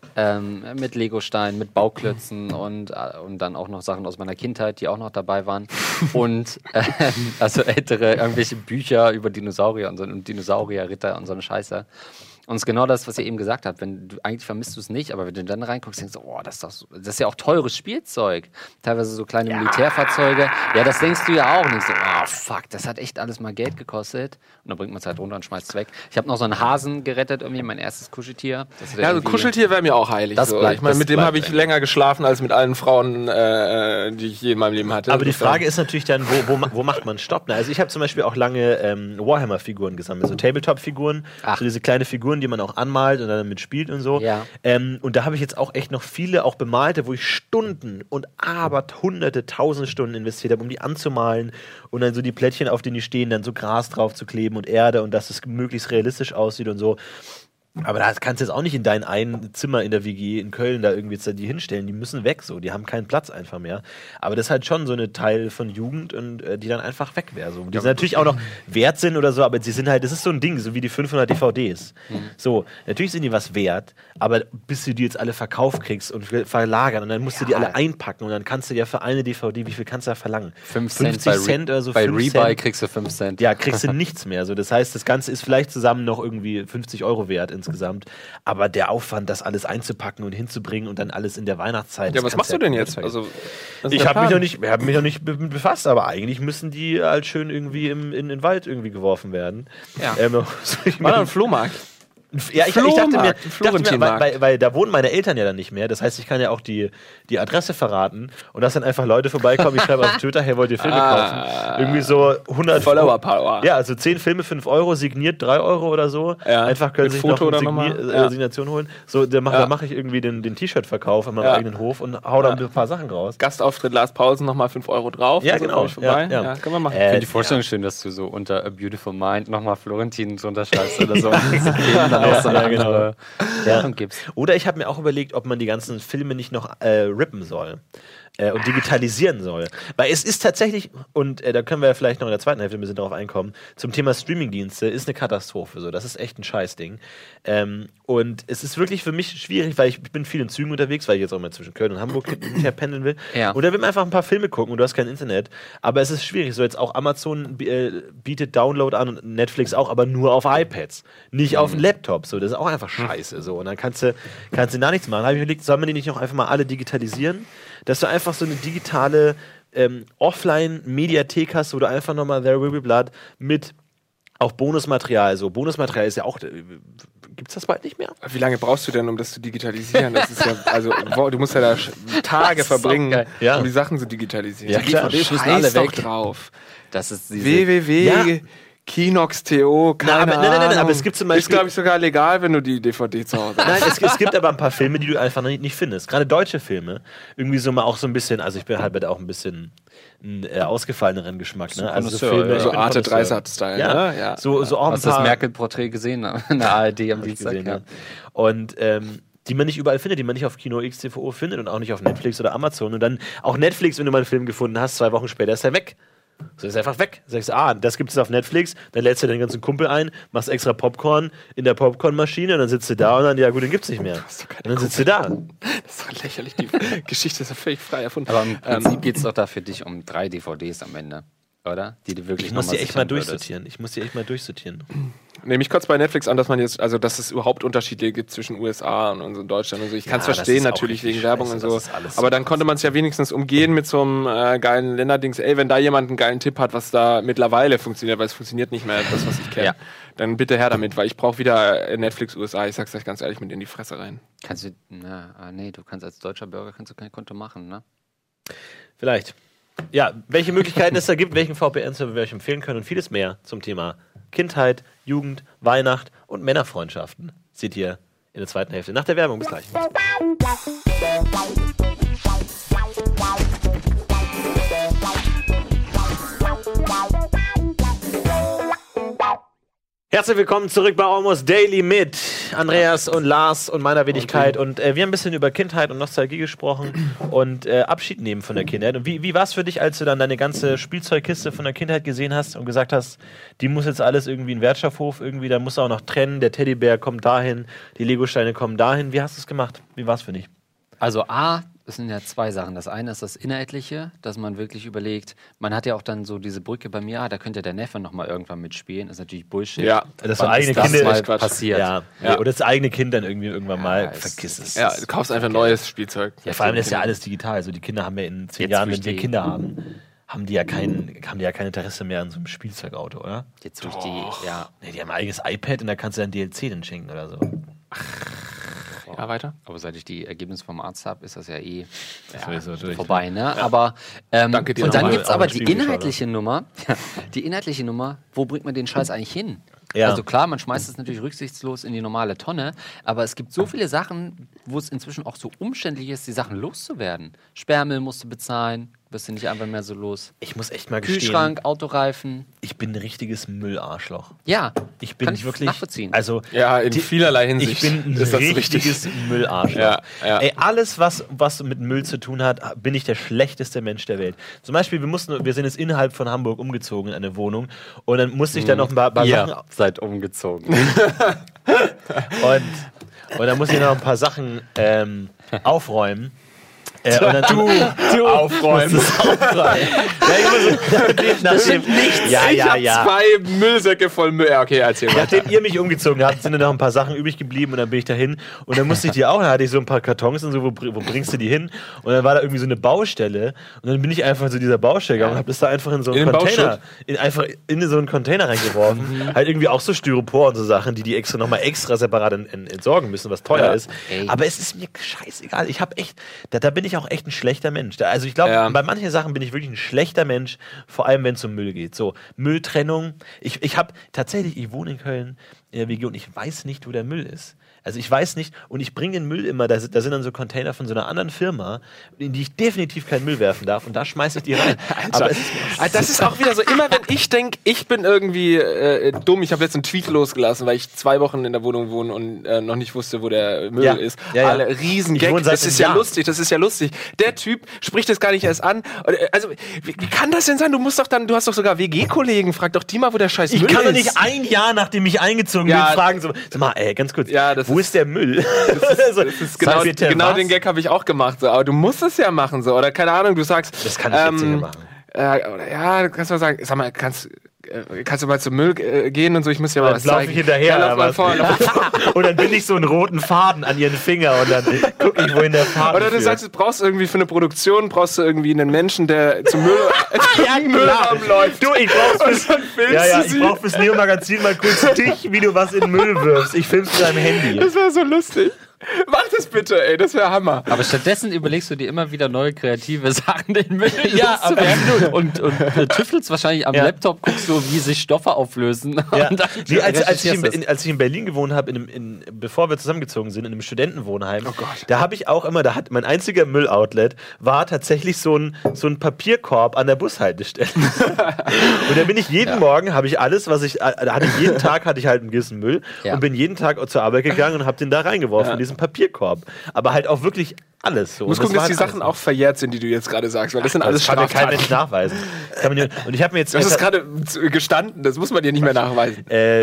mit Legosteinen, mit Bauklötzen und dann auch noch Sachen aus meiner Kindheit, die auch noch dabei waren. Und also ältere, irgendwelche Bücher über Dinosaurier und Dinosaurierritter und so eine Scheiße. Und es ist genau das, was ihr eben gesagt habt. Eigentlich vermisst du es nicht, aber wenn du dann reinguckst, denkst du, oh, das ist ja auch teures Spielzeug. Teilweise so kleine Militärfahrzeuge. Ja, das denkst du ja auch. Und denkst du, oh, fuck, das hat echt alles mal Geld gekostet. Und dann bringt man es halt runter und schmeißt es weg. Ich habe noch so einen Hasen gerettet, irgendwie mein erstes Kuscheltier. Ja, so ein Kuscheltier wäre mir auch heilig. Das so. bleibt, Ich meine, mit dem habe ich länger geschlafen als mit allen Frauen, die ich je in meinem Leben hatte. Aber die Frage ist natürlich dann, wo macht man Stopp? Also ich habe zum Beispiel auch lange Warhammer-Figuren gesammelt, so Tabletop-Figuren, so diese kleine Figuren, die man auch anmalt und dann damit spielt und so. Ja. Und da habe ich jetzt auch echt noch viele auch bemalte, wo ich Stunden und hunderte, tausende Stunden investiert habe, um die anzumalen und dann so die Plättchen, auf denen die stehen, dann so Gras drauf zu kleben und Erde und dass es möglichst realistisch aussieht und so. Aber da kannst du jetzt auch nicht in dein ein Zimmer in der WG in Köln da irgendwie die hinstellen. Die müssen weg so. Die haben keinen Platz einfach mehr. Aber das ist halt schon so eine Teil von Jugend und die dann einfach weg wäre. So. Die sind natürlich auch noch wert sind oder so, aber sie sind halt, das ist so ein Ding, so wie die 500 DVDs. So, natürlich sind die was wert, aber bis du die jetzt alle verkauft kriegst und verlagern und dann musst du die alle einpacken und dann kannst du ja für eine DVD, wie viel kannst du da verlangen? 50 Cent oder so. Bei 5 Rebuy Cent. kriegst du 5 Cent. Ja, kriegst du nichts mehr. So, das heißt, das Ganze ist vielleicht zusammen noch irgendwie 50 € wert insgesamt. Aber der Aufwand, das alles einzupacken und hinzubringen und dann alles in der Weihnachtszeit. Ja, was machst du denn jetzt? Also, ich habe mich noch nicht befasst, aber eigentlich müssen die halt schön irgendwie in den Wald irgendwie geworfen werden. Ja. War da ein Flohmarkt? Ja, ich dachte mir, Florentinmarkt. weil da wohnen meine Eltern ja dann nicht mehr. Das heißt, ich kann ja auch die Adresse verraten und dass dann einfach Leute vorbeikommen. Ich schreibe auf Twitter, hey, wollt ihr Filme kaufen? Irgendwie so 100 Follower Power. Ja, also 10 Filme, 5 €, signiert 3 € oder so. Ja. Einfach können Mit sich Foto noch oder Signation holen. So, da mache ich irgendwie den T-Shirt-Verkauf an meinem eigenen Hof und hau da ein paar Sachen raus. Gastauftritt Lars Pausen, nochmal 5 € drauf. Ja, genau. Vorbei. Ja. Können wir machen. Ich finde die Vorstellung schön, dass du so unter A Beautiful Mind nochmal Florentin so unterschreibst oder so. Dann auch so eine genau. Sachen gibst. Oder ich habe mir auch überlegt, ob man die ganzen Filme nicht noch rippen soll und digitalisieren soll. Weil es ist tatsächlich, und da können wir ja vielleicht noch in der zweiten Hälfte ein bisschen drauf einkommen, zum Thema Streamingdienste ist eine Katastrophe. So. Das ist echt ein Scheißding. Und es ist wirklich für mich schwierig, weil ich bin viel in Zügen unterwegs, weil ich jetzt auch mal zwischen Köln und Hamburg pendeln will. Ja. Und da will man einfach ein paar Filme gucken und du hast kein Internet. Aber es ist schwierig. So jetzt auch Amazon bietet Download an und Netflix auch, aber nur auf iPads. Nicht auf dem Laptop. So, das ist auch einfach scheiße. So. Und dann kannst du da nichts machen. Da habe ich mir überlegt, soll man die nicht noch einfach mal alle digitalisieren? Dass du einfach so eine digitale Offline-Mediathek hast, wo du einfach nochmal There Will Be Blood mit auch Bonusmaterial. So, Bonusmaterial ist ja auch. Gibt's das bald nicht mehr? Wie lange brauchst du denn, um das zu digitalisieren? Das ist ja, also, du musst ja da Tage verbringen, um die Sachen zu digitalisieren. Ja, klar. DVDs müssen alle weg drauf. Das ist www. Kinox.to, keine Ahnung. Nein, aber es gibt zum Beispiel... Ist, glaube ich, sogar legal, wenn du die DVD zu Hause hast. Nein, es gibt aber ein paar Filme, die du einfach nicht findest. Gerade deutsche Filme. Irgendwie so mal auch so ein bisschen, also ich bin halt auch ein bisschen einen ausgefalleneren Geschmack. Ne? Also so Filme, ja. So Arte Dreisat-Style. Ja. Ne? Ja. So auch hast du das Merkel-Porträt gesehen in der ARD am Dienstag? Gesehen, ja. Und die man nicht überall findet, die man nicht auf Kino XTVO findet und auch nicht auf Netflix oder Amazon. Und dann auch Netflix, wenn du mal einen Film gefunden hast, 2 Wochen später ist er weg. So ist einfach weg. Sagst das gibt es auf Netflix, dann lädst du den ganzen Kumpel ein, machst extra Popcorn in der Popcornmaschine und dann sitzt du da und dann, ja gut, den gibt's nicht mehr. Und dann sitzt du da. Das ist doch lächerlich, die Geschichte ist ja völlig frei erfunden. Aber im Prinzip geht es doch da für dich um 3 DVDs am Ende, oder? Die du wirklich Ich muss die echt mal durchsortieren. Nehme ich kurz bei Netflix an, dass man jetzt, also dass es überhaupt Unterschiede gibt zwischen USA und in Deutschland und so. Ich kann es verstehen natürlich wegen Werbung und so. Aber dann konnte man es ja wenigstens umgehen mit so einem geilen Länderdings. Ey, wenn da jemand einen geilen Tipp hat, was da mittlerweile funktioniert, weil es funktioniert nicht mehr, das, was ich kenne, dann bitte her damit, weil ich brauche wieder Netflix USA. Ich sag's euch ganz ehrlich, mit in die Fresse rein. Kannst du, du kannst als deutscher Bürger kein Konto machen, ne? Vielleicht. Ja, welche Möglichkeiten es da gibt, welchen VPN-Server wir euch empfehlen können und vieles mehr zum Thema Kindheit, Jugend, Weihnacht und Männerfreundschaften seht ihr in der zweiten Hälfte. Nach der Werbung, bis gleich. Herzlich willkommen zurück bei Almost Daily mit Andreas und Lars und meiner Wenigkeit. Und wir haben ein bisschen über Kindheit und Nostalgie gesprochen und Abschied nehmen von der Kindheit. Und wie war es für dich, als du dann deine ganze Spielzeugkiste von der Kindheit gesehen hast und gesagt hast, die muss jetzt alles irgendwie in den Wertstoffhof irgendwie, da musst du auch noch trennen, der Teddybär kommt dahin, die Legosteine kommen dahin. Wie hast du es gemacht? Wie war es für dich? Also es sind ja zwei Sachen. Das eine ist das Inhaltliche, dass man wirklich überlegt, man hat ja auch dann so diese Brücke bei mir, da könnte der Neffe nochmal irgendwann mitspielen. Das ist natürlich Bullshit. Ja, das Wann eigene ist das Kind mal Quatsch. passiert. Ja. Oder das eigene Kind dann irgendwann mal, vergiss es. Ja, du kaufst einfach neues Spielzeug. Ja, vor allem ist ja alles digital. Also die Kinder haben ja in 10 Jahren, wenn wir Kinder haben die ja kein Interesse mehr an so einem Spielzeugauto, oder? Jetzt durch die, ja. Nee, die haben ein eigenes iPad und da kannst du dann DLC dann schenken oder so. Ja, weiter. Aber seit ich die Ergebnisse vom Arzt habe, ist das ja Sowieso durch. vorbei, ne? Ja. Aber Danke dir und dann nochmal. gibt es aber Auch die ein Spiegel inhaltliche Nummer. Die inhaltliche Nummer, wo bringt man den Scheiß eigentlich hin? Ja. Also klar, man schmeißt es natürlich rücksichtslos in die normale Tonne, aber es gibt so viele Sachen, wo es inzwischen auch so umständlich ist, die Sachen loszuwerden. Sperrmüll musst du bezahlen, wirst du nicht einfach mehr so los. Ich muss echt mal gestehen, Kühlschrank, Autoreifen. ich bin ein richtiges Müllarschloch. Ja, Ich bin kann ich wirklich nachvollziehen. Also Ja, in vielerlei Hinsicht. Ich bin ein ist das richtiges Müllarschloch. Ja, ja. Ey, alles, was mit Müll zu tun hat, bin ich der schlechteste Mensch der Welt. Zum Beispiel, wir sind jetzt innerhalb von Hamburg umgezogen in eine Wohnung und dann musste ich da noch ein paar Sachen... seid umgezogen. Und dann musste ich noch ein paar Sachen aufräumen. Und dann aufräumen. Ich hab 2 Müllsäcke voll Müll. Ja, okay, erzähl mal. Nachdem ihr mich umgezogen habt, sind dann noch ein paar Sachen übrig geblieben und dann bin ich dahin und dann musste ich die auch, da hatte ich so ein paar Kartons und so, wo bringst du die hin? Und dann war da irgendwie so eine Baustelle und dann bin ich einfach zu dieser Baustelle gegangen und hab das da einfach in so einen Container, in so einen Container reingeworfen. Halt irgendwie auch so Styropor und so Sachen, die extra nochmal separat entsorgen müssen, was teuer ist. Ey. Aber es ist mir scheißegal. Ich habe echt, da bin ich auch echt ein schlechter Mensch. Also ich glaube, bei manchen Sachen bin ich wirklich ein schlechter Mensch, vor allem wenn es um Müll geht. So, Mülltrennung. Ich habe tatsächlich, ich wohne in Köln in der WG und ich weiß nicht, wo der Müll ist. Also ich weiß nicht und ich bringe den Müll immer, da sind dann so Container von so einer anderen Firma, in die ich definitiv keinen Müll werfen darf und da schmeiße ich die rein. Aber Das ist auch wieder so, immer wenn ich denke, ich bin irgendwie dumm, ich habe jetzt einen Tweet losgelassen, weil ich 2 Wochen in der Wohnung wohne und noch nicht wusste, wo der Müll ist. Ja. Alle Riesengag, das ist ja lustig. Der Typ spricht das gar nicht erst an. Also, wie kann das denn sein? Du hast doch sogar WG-Kollegen, frag doch die mal, wo der scheiß Müll ist. Ich kann doch nicht ein Jahr, nachdem ich eingezogen bin, fragen, so, sag mal, ganz kurz, wo ist der Müll? Das ist genau den Gag habe ich auch gemacht. So. Aber du musst es ja machen. So. Oder keine Ahnung, du sagst... Das kann ich jetzt nicht machen. Du kannst mal sagen, sag mal, kannst du mal zum Müll gehen und so, ich muss ja mal was laufe zeigen. ich hinterher. Ja, lauf mal vor. Und dann bin ich so einen roten Faden an ihren Finger und dann gucke ich, wohin der Faden Oder du sagst, du brauchst irgendwie für eine Produktion, irgendwie einen Menschen, der zum Müllraum läuft. Du, ich brauch fürs Neo-Magazin mal kurz dich, wie du was in den Müll wirfst. Ich film's mit deinem Handy. Das wäre so lustig. Mach das bitte, ey, das wäre Hammer. Aber stattdessen überlegst du dir immer wieder neue kreative Sachen, den Müll absolut. und tüftelst wahrscheinlich am Laptop, guckst du, wie sich Stoffe auflösen. Ja. Nee, als ich in Berlin gewohnt habe, bevor wir zusammengezogen sind, in einem Studentenwohnheim, da habe ich auch immer, mein einziger Mülloutlet war tatsächlich so ein Papierkorb an der Bushaltestelle. Und da bin ich jeden Morgen, habe ich alles, jeden Tag hatte ich halt einen gewissen Müll und bin jeden Tag zur Arbeit gegangen und habe den da reingeworfen, in diesen Papierkorb. Aber halt auch wirklich alles so. Du musst gucken, dass die Sachen auch verjährt sind, die du jetzt gerade sagst, weil das sind alles Straftaten. Straftaten. Das kann mir kein Mensch nachweisen. Und ich habe mir jetzt... Das ist gerade gestanden, das muss man dir nicht mehr nachweisen.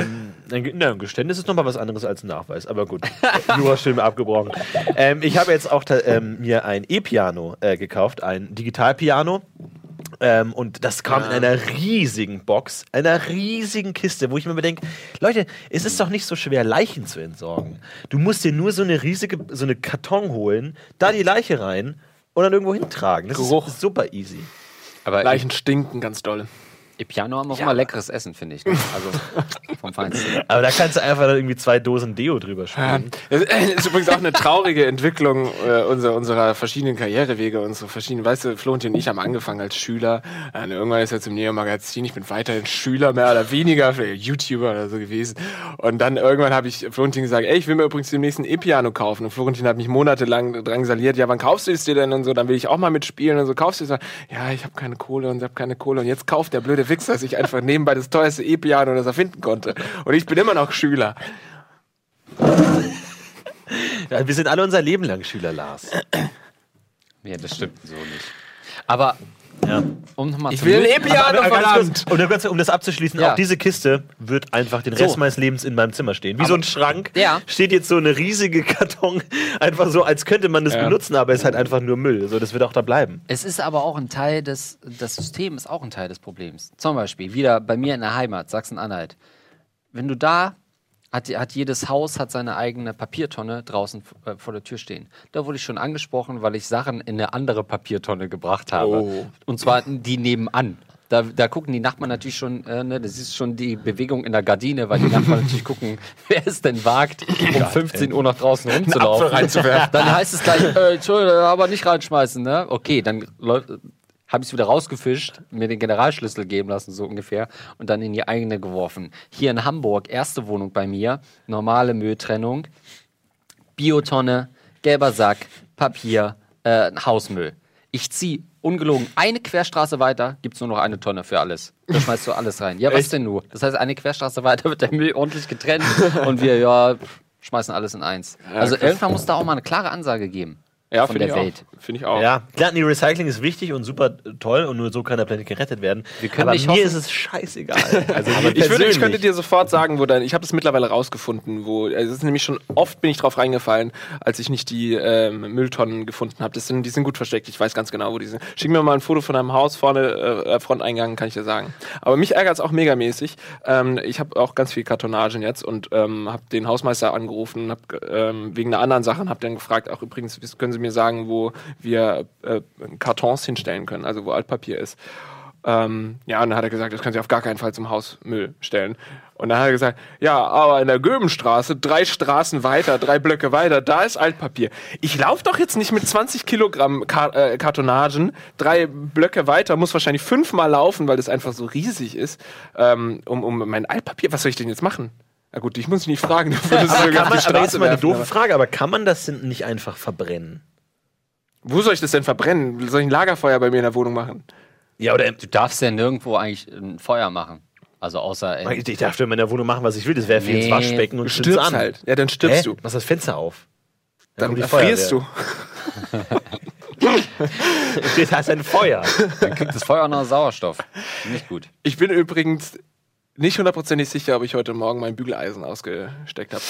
Ein Geständnis ist nochmal was anderes als ein Nachweis, aber gut. Jura-Stimme abgebrochen. Ich habe jetzt auch mir ein E-Piano gekauft, ein Digitalpiano. Und das kam in einer riesigen Box, einer riesigen Kiste, wo ich mir bedenke, Leute, es ist doch nicht so schwer, Leichen zu entsorgen. Du musst dir nur so eine Karton holen, da die Leiche rein und dann irgendwo hintragen. Das ist super easy. Aber Leichen stinken ganz doll. E-Piano haben auch immer leckeres Essen, finde ich. Ne? Also vom Feinsten. Aber da kannst du einfach dann irgendwie 2 Dosen Deo drüber spielen. Das ist übrigens auch eine traurige Entwicklung unserer verschiedenen Karrierewege, unsere verschiedenen, weißt du, Florentin und ich haben angefangen als Schüler, irgendwann ist er zum Neo-Magazin, ich bin weiterhin Schüler, mehr oder weniger, YouTuber oder so gewesen, und dann irgendwann habe ich Florentin gesagt, ey, ich will mir übrigens demnächst ein E-Piano kaufen, und Florentin hat mich monatelang drangsaliert, ja, wann kaufst du es dir denn und so, dann will ich auch mal mitspielen und so, kaufst du es? Ja, ich habe keine Kohle und jetzt kauft der blöde Wichser sich einfach nebenbei das teuerste E-Piano, das er finden konnte. Und ich bin immer noch Schüler. Ja, wir sind alle unser Leben lang Schüler, Lars. Ja, das stimmt so nicht. Aber um nochmal ich will ein E-Piano, verdammt! Um das abzuschließen, Ja. auch diese Kiste wird einfach den Rest meines Lebens in meinem Zimmer stehen. Wie so ein Schrank steht jetzt so eine riesige Karton, einfach so, als könnte man das benutzen, aber es ist halt einfach nur Müll. So, das wird auch da bleiben. es ist aber auch ein Teil das System ist auch ein Teil des Problems. Zum Beispiel, wieder bei mir in der Heimat, Sachsen-Anhalt. Wenn du da, hat jedes Haus hat seine eigene Papiertonne draußen vor der Tür stehen. Da wurde ich schon angesprochen, weil ich Sachen in eine andere Papiertonne gebracht habe. Oh. Und zwar die nebenan. Da gucken die Nachbarn natürlich schon, das ist schon die Bewegung in der Gardine, weil die Nachbarn natürlich gucken, wer es denn wagt, um 15 Uhr nach draußen rumzulaufen. reinzuwerfen. Dann heißt es gleich, Entschuldigung, aber nicht reinschmeißen, ne? Okay, dann habe ich es wieder rausgefischt, mir den Generalschlüssel geben lassen, so ungefähr, und dann in die eigene geworfen. Hier in Hamburg, erste Wohnung bei mir, normale Mülltrennung, Biotonne, gelber Sack, Papier, Hausmüll. Ich ziehe ungelogen eine Querstraße weiter, gibt es nur noch eine Tonne für alles. Da schmeißt du alles rein. Ja, was denn nur? Das heißt, eine Querstraße weiter wird der Müll ordentlich getrennt und wir, schmeißen alles in eins. Also irgendwann muss da auch mal eine klare Ansage geben. Ja, von der Welt. Finde ich auch. Ja, klar, nee, Recycling ist wichtig und super toll und nur so kann der Planet gerettet werden. Aber nicht mir hoffen- ist es scheißegal. Also Ich könnte dir sofort sagen, ich habe das mittlerweile rausgefunden, es ist nämlich schon oft bin ich drauf reingefallen, als ich nicht die Mülltonnen gefunden habe. Die sind gut versteckt, ich weiß ganz genau, wo die sind. Schick mir mal ein Foto von einem Haus vorne, Fronteingang, kann ich dir sagen. Aber mich ärgert es auch megamäßig. Ich habe auch ganz viel Kartonagen jetzt und habe den Hausmeister angerufen, wegen einer anderen Sache und habe dann gefragt, auch übrigens, können Sie mir sagen, wo wir Kartons hinstellen können, also wo Altpapier ist. Und dann hat er gesagt, das können Sie auf gar keinen Fall zum Hausmüll stellen. Und dann hat er gesagt, ja, aber in der Göbenstraße, 3 Straßen weiter, 3 Blöcke weiter, da ist Altpapier. Ich laufe doch jetzt nicht mit 20 Kilogramm Kartonagen 3 Blöcke weiter, muss wahrscheinlich 5-mal laufen, weil das einfach so riesig ist, um mein Altpapier, was soll ich denn jetzt machen? Na gut, ich muss dich nicht fragen. Du würdest aber sogar auf die jetzt Straße mal eine werfen, doofe aber- Frage, aber kann man das denn nicht einfach verbrennen? Wo soll ich das denn verbrennen? Soll ich ein Lagerfeuer bei mir in der Wohnung machen? Ja, oder Du darfst ja nirgendwo eigentlich ein Feuer machen. Also außer ich darf in meiner Wohnung machen, was ich will. Das wäre viel ins Nee, Waschbecken und Du zünd's stirbst an. halt. Ja, dann stirbst Hä? du. Mach das Fenster auf. Dann kommt die erfrierst du. Das heißt ein Feuer. dann kriegt das Feuer auch noch Sauerstoff. Nicht gut. Ich bin übrigens nicht 100% sicher, ob ich heute Morgen mein Bügeleisen ausgesteckt habe.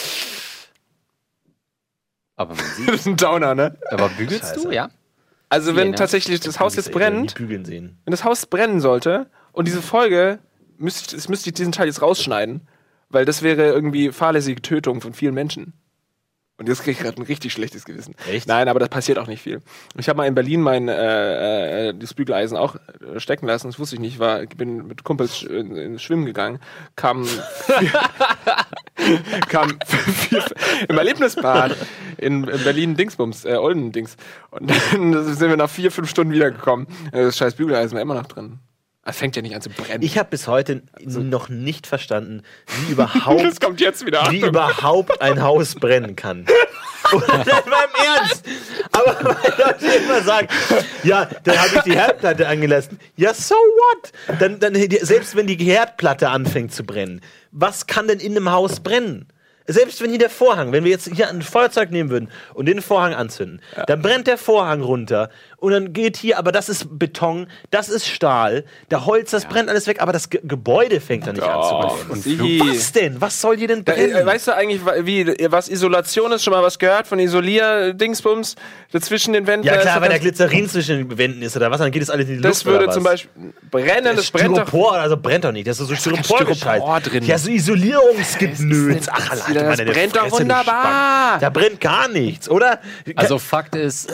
Aber man sieht. Das ist ein Downer, ne? Aber bügelst Scheiße. du, ja? Also wenn ne? tatsächlich das Haus jetzt Ich brennt, die Bügeln sehen. wenn das Haus brennen sollte und diese Folge, müsste ich diesen Teil jetzt rausschneiden, weil das wäre irgendwie fahrlässige Tötung von vielen Menschen. Und jetzt kriege ich gerade ein richtig schlechtes Gewissen. Echt? Nein, aber das passiert auch nicht viel. Ich habe mal in Berlin das Bügeleisen auch stecken lassen, das wusste ich nicht. Ich bin mit Kumpels ins Schwimmen gegangen, kam im Erlebnisbad in Berlin Dingsbums, Olden-Dings. Und dann sind wir nach 4-5 Stunden wiedergekommen. Das scheiß Bügeleisen war immer noch drin. Es fängt ja nicht an zu brennen. Ich habe bis heute noch nicht verstanden, wie überhaupt, das kommt jetzt wieder. wie Achtung. überhaupt ein Haus brennen kann. Oder das war im Ernst. Aber weil Leute immer sagen, ja, dann habe ich die Herdplatte angelassen. Ja, so what? Dann, selbst wenn die Herdplatte anfängt zu brennen, was kann denn in einem Haus brennen? Selbst wenn hier der Vorhang, wenn wir jetzt hier ein Feuerzeug nehmen würden und den Vorhang anzünden, dann brennt der Vorhang runter und dann geht hier, aber das ist Beton, das ist Stahl, der Holz, das brennt alles weg, aber das Gebäude fängt dann nicht an zu brennen. und wie? Was denn? Was soll hier denn brennen? Weißt du eigentlich, was Isolation ist? Schon mal was gehört von Isolier-Dingsbums dazwischen den Wänden? Ja klar, Da wenn ist der Glycerin zwischen den Wänden ist oder was, dann geht es alles in die das Luft oder würde was? zum Beispiel brennen, das brennt doch. Styropor, also brennt doch nicht, das ist so kein Styropor Styropor drin. Ja, so Isolierungsgenöts. Ach, allein. das brennt doch wunderbar. Da brennt gar nichts, oder? Also Fakt ist,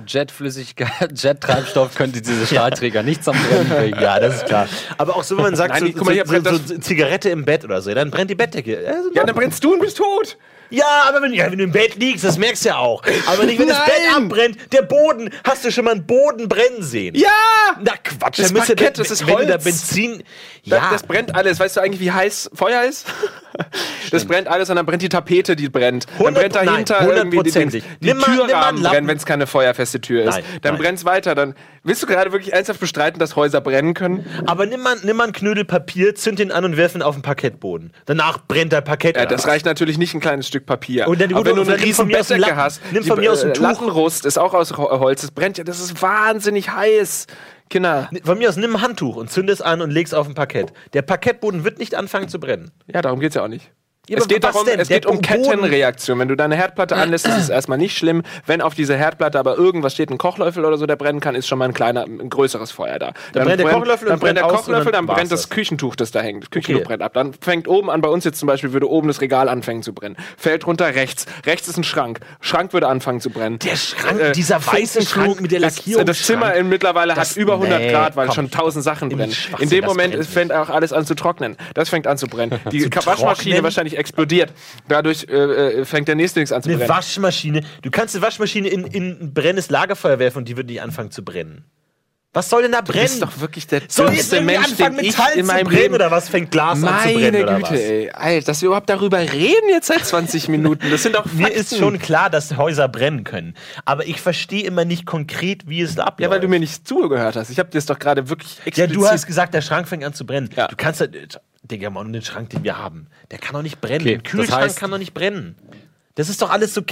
Jet-Treibstoff könnte diese Stahlträger nicht zum Brennen bringen. Ja, das ist klar. Aber auch so, wenn man sagt, Nein, guck mal, hier brennt so Zigarette im Bett oder so, dann brennt die Bettdecke. Ja, dann brennst du und bist tot. Ja, aber wenn du im Bett liegst, das merkst du ja auch. Aber nicht, wenn das Bett abbrennt, der Boden. Hast du schon mal einen Boden brennen sehen? Ja! Na Quatsch, Das Parkett, das ist Holz. Wenn da Benzin... Ja, Das brennt alles. Weißt du eigentlich, wie heiß Feuer ist? Das brennt alles und dann brennt die Tapete, die brennt. Dann brennt dahinter irgendwie die Türrahmen brennen, wenn es keine feuerfeste Tür ist. Dann brennt es weiter. Dann willst du gerade wirklich ernsthaft bestreiten, dass Häuser brennen können? Aber nimm mal einen Knödel Papier, zünd ihn an und wirf ihn auf den Parkettboden. Danach brennt dein Parkett. Ja, das reicht natürlich nicht ein kleines Stück Papier. Und dann, aber wenn du eine riesen Bettdecke hast, nimm von mir aus ein Tuch. Lattenrost ist auch aus Holz, das brennt ja, das ist wahnsinnig heiß. Kinder. Von mir aus nimm ein Handtuch und zünd es an und leg's auf den Parkett. Der Parkettboden wird nicht anfangen zu brennen. Ja, darum geht's ja auch nicht. Ja, es geht um Kettenreaktion. Wenn du deine Herdplatte anlässt, ist es erstmal nicht schlimm. Wenn auf dieser Herdplatte aber irgendwas steht, ein Kochlöffel oder so, der brennen kann, ist schon mal ein größeres Feuer da. Dann brennt der Kochlöffel, dann brennt das Küchentuch, das da hängt. Das Küchentuch brennt ab. Dann fängt oben an, bei uns jetzt zum Beispiel, würde oben das Regal anfangen zu brennen. Fällt runter rechts. Rechts ist ein Schrank. Schrank würde anfangen zu brennen. Der Schrank, dieser weiße Schrank mit der Lackierung. Das Zimmer mittlerweile hat über 100 Grad, weil schon 1000 Sachen brennen. In dem Moment fängt auch alles an zu trocknen. Das fängt an zu brennen. Die Waschmaschine wahrscheinlich explodiert. Dadurch fängt der nächste nichts an zu brennen. Eine Waschmaschine. Du kannst eine Waschmaschine in ein brennendes Lagerfeuer werfen und die wird nicht anfangen zu brennen. Was soll denn da brennen? Du bist doch wirklich der dümmste Mensch, den ich in meinem Leben... Oder was fängt Glas an zu brennen oder was? Meine Güte, ey. Alter, dass wir überhaupt darüber reden jetzt seit 20 Minuten. Das sind doch Fakten. Mir ist schon klar, dass Häuser brennen können. Aber ich verstehe immer nicht konkret, wie es abläuft. Ja, weil du mir nicht zugehört hast. Ich habe dir das doch gerade wirklich explizit... Ja, du hast gesagt, der Schrank fängt an zu brennen. Ja. Du kannst... Digga, mal den Schrank, den wir haben. Der kann doch nicht brennen. Okay, Ein Kühlschrank kann doch nicht brennen. Das ist doch alles so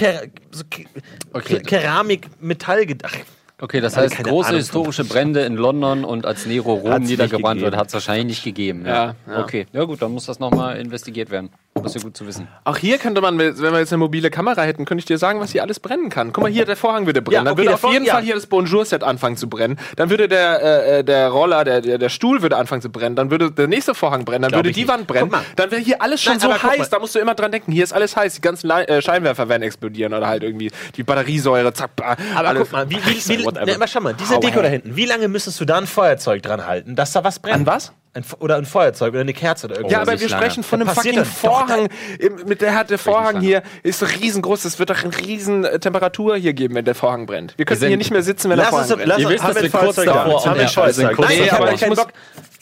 Keramik, Metall gedacht. Okay, das heißt, große historische Brände in London und als Nero Rom niedergebrannt wird, hat es wahrscheinlich nicht gegeben. Ja. Okay, ja gut, dann muss das nochmal investigiert werden. Das ist ja gut zu wissen. Auch hier könnte man, wenn wir jetzt eine mobile Kamera hätten, könnte ich dir sagen, was hier alles brennen kann. Guck mal, hier, der Vorhang würde brennen. Ja, okay, dann würde auf jeden Fall hier das Bonjour-Set anfangen zu brennen. Dann würde der Roller, der Stuhl würde anfangen zu brennen. Dann würde der nächste Vorhang brennen. Dann würde die Wand brennen. Dann wäre hier alles schon so heiß. Da musst du immer dran denken, hier ist alles heiß. Die ganzen Scheinwerfer werden explodieren oder halt irgendwie die Batteriesäure, zack. Aber guck mal, schau mal, diese Deko da hinten, wie lange müsstest du da ein Feuerzeug dran halten, dass da was brennt? An was? Oder ein Feuerzeug oder eine Kerze oder irgendwas. Ja, aber wir sprechen von einem fucking Vorhang. Der Vorhang hier ist riesengroß. Es wird doch eine riesen Temperatur hier geben, wenn der Vorhang brennt. Wir können hier nicht mehr sitzen, wenn der Vorhang brennt. Ihr wisst, dass wir kurz davor sind. Nee, aber ich muss...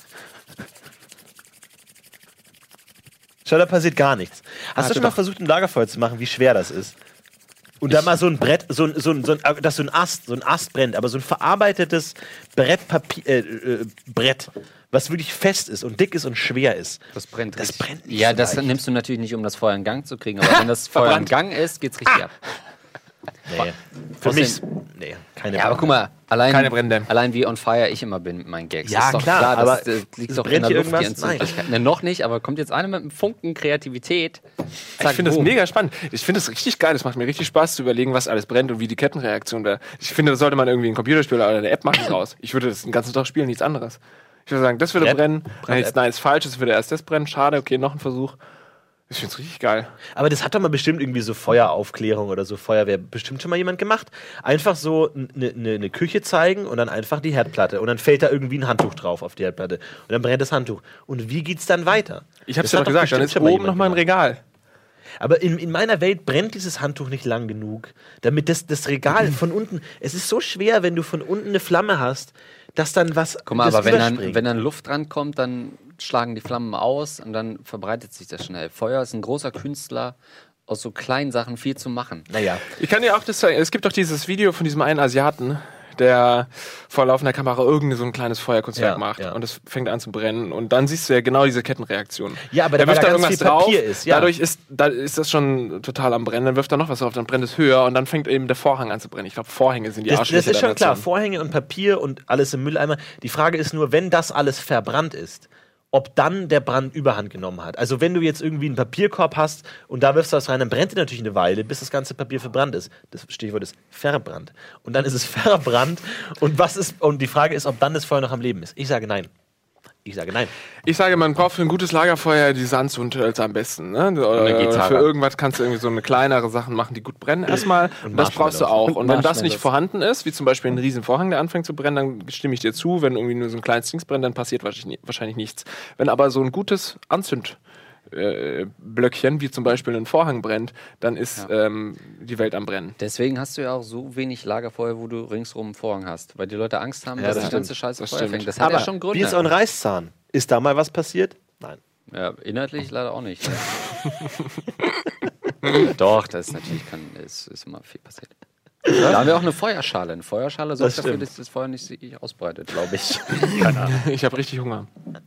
Schau, da passiert gar nichts. Hast du schon mal versucht, ein Lagerfeuer zu machen, wie schwer das ist? Und da mal so ein Brett, dass so ein Ast brennt, aber so ein verarbeitetes Brett, was wirklich fest ist und dick ist und schwer ist. Das brennt nicht. Ja, so das nimmst du natürlich nicht, um das Feuer in Gang zu kriegen, aber wenn das Feuer in Gang ist, geht's richtig ab. Nee. Für mich, nee, keine Ja, aber guck mal, allein wie on fire ich immer bin mit meinen Gags. Ja, ist doch klar, aber das liegt doch in der Luft, die Entzündlichkeit. Ne, noch nicht, aber kommt jetzt einer mit einem Funken Kreativität. Ich finde das mega spannend. Ich finde das richtig geil. Es macht mir richtig Spaß zu überlegen, was alles brennt und wie die Kettenreaktion da. Ich finde, das sollte man irgendwie ein Computerspiel oder eine App machen raus. Ich würde das den ganzen Tag spielen, nichts anderes. Ich würde sagen, das würde brennen. Nein, ist falsch, es würde erst das brennen. Schade, okay, noch ein Versuch. Ich finde es richtig geil. Aber das hat doch mal bestimmt irgendwie so Feueraufklärung oder so Feuerwehr bestimmt schon mal jemand gemacht. Einfach so eine Küche zeigen und dann einfach die Herdplatte. Und dann fällt da irgendwie ein Handtuch drauf auf die Herdplatte. Und dann brennt das Handtuch. Und wie geht's dann weiter? Ich hab's ja doch gesagt, dann ist oben nochmal ein Regal. Aber in meiner Welt brennt dieses Handtuch nicht lang genug, damit das Regal von unten... Es ist so schwer, wenn du von unten eine Flamme hast, dass dann was... Guck mal, aber wenn dann Luft rankommt, dann schlagen die Flammen aus und dann verbreitet sich das schnell. Feuer ist ein großer Künstler, aus so kleinen Sachen viel zu machen. Naja. Ich kann dir auch das zeigen. Es gibt doch dieses Video von diesem einen Asiaten, der vor laufender Kamera irgendein so ein kleines Feuerkunstwerk macht und es fängt an zu brennen und dann siehst du ja genau diese Kettenreaktion. Ja, aber der wirft da da ganz irgendwas drauf, ist. Ja. Dadurch ist das schon total am Brennen, dann wirft er noch was drauf, dann brennt es höher und dann fängt eben der Vorhang an zu brennen. Ich glaube, Vorhänge sind die Arschlöcher. Das ist schon klar, Vorhänge und Papier und alles im Mülleimer. Die Frage ist nur, wenn das alles verbrannt ist, ob dann der Brand Überhand genommen hat. Also wenn du jetzt irgendwie einen Papierkorb hast und da wirfst du was rein, dann brennt er natürlich eine Weile, bis das ganze Papier verbrannt ist. Das Stichwort ist verbrannt. Und dann ist es verbrannt und die Frage ist, ob dann das Feuer noch am Leben ist. Ich sage nein. Ich sage nein. Ich sage, man braucht für ein gutes Lagerfeuer die Sandzündhölzer am besten. Ne? Oder für irgendwas kannst du irgendwie so eine kleinere Sachen machen, die gut brennen erstmal. Und das brauchst du auch. Und wenn das nicht vorhanden ist, wie zum Beispiel ein riesen Vorhang, der anfängt zu brennen, dann stimme ich dir zu. Wenn irgendwie nur so ein kleines Ding brennt, dann passiert wahrscheinlich nichts. Wenn aber so ein gutes Blöckchen, wie zum Beispiel ein Vorhang brennt, dann ist die Welt am Brennen. Deswegen hast du ja auch so wenig Lagerfeuer, wo du ringsrum einen Vorhang hast. Weil die Leute Angst haben, dass die ganze Scheiße Feuer fängt. Das hat ja schon Gründe. Wie ist ein Reißzahn? Ist da mal was passiert? Nein. Ja, inhaltlich leider auch nicht. Doch, das ist natürlich, ist immer viel passiert. Da haben wir auch eine Feuerschale. Eine Feuerschale sorgt dafür, dass das Feuer nicht sich ausbreitet, glaube ich. Keine Ahnung. Ich habe richtig Hunger.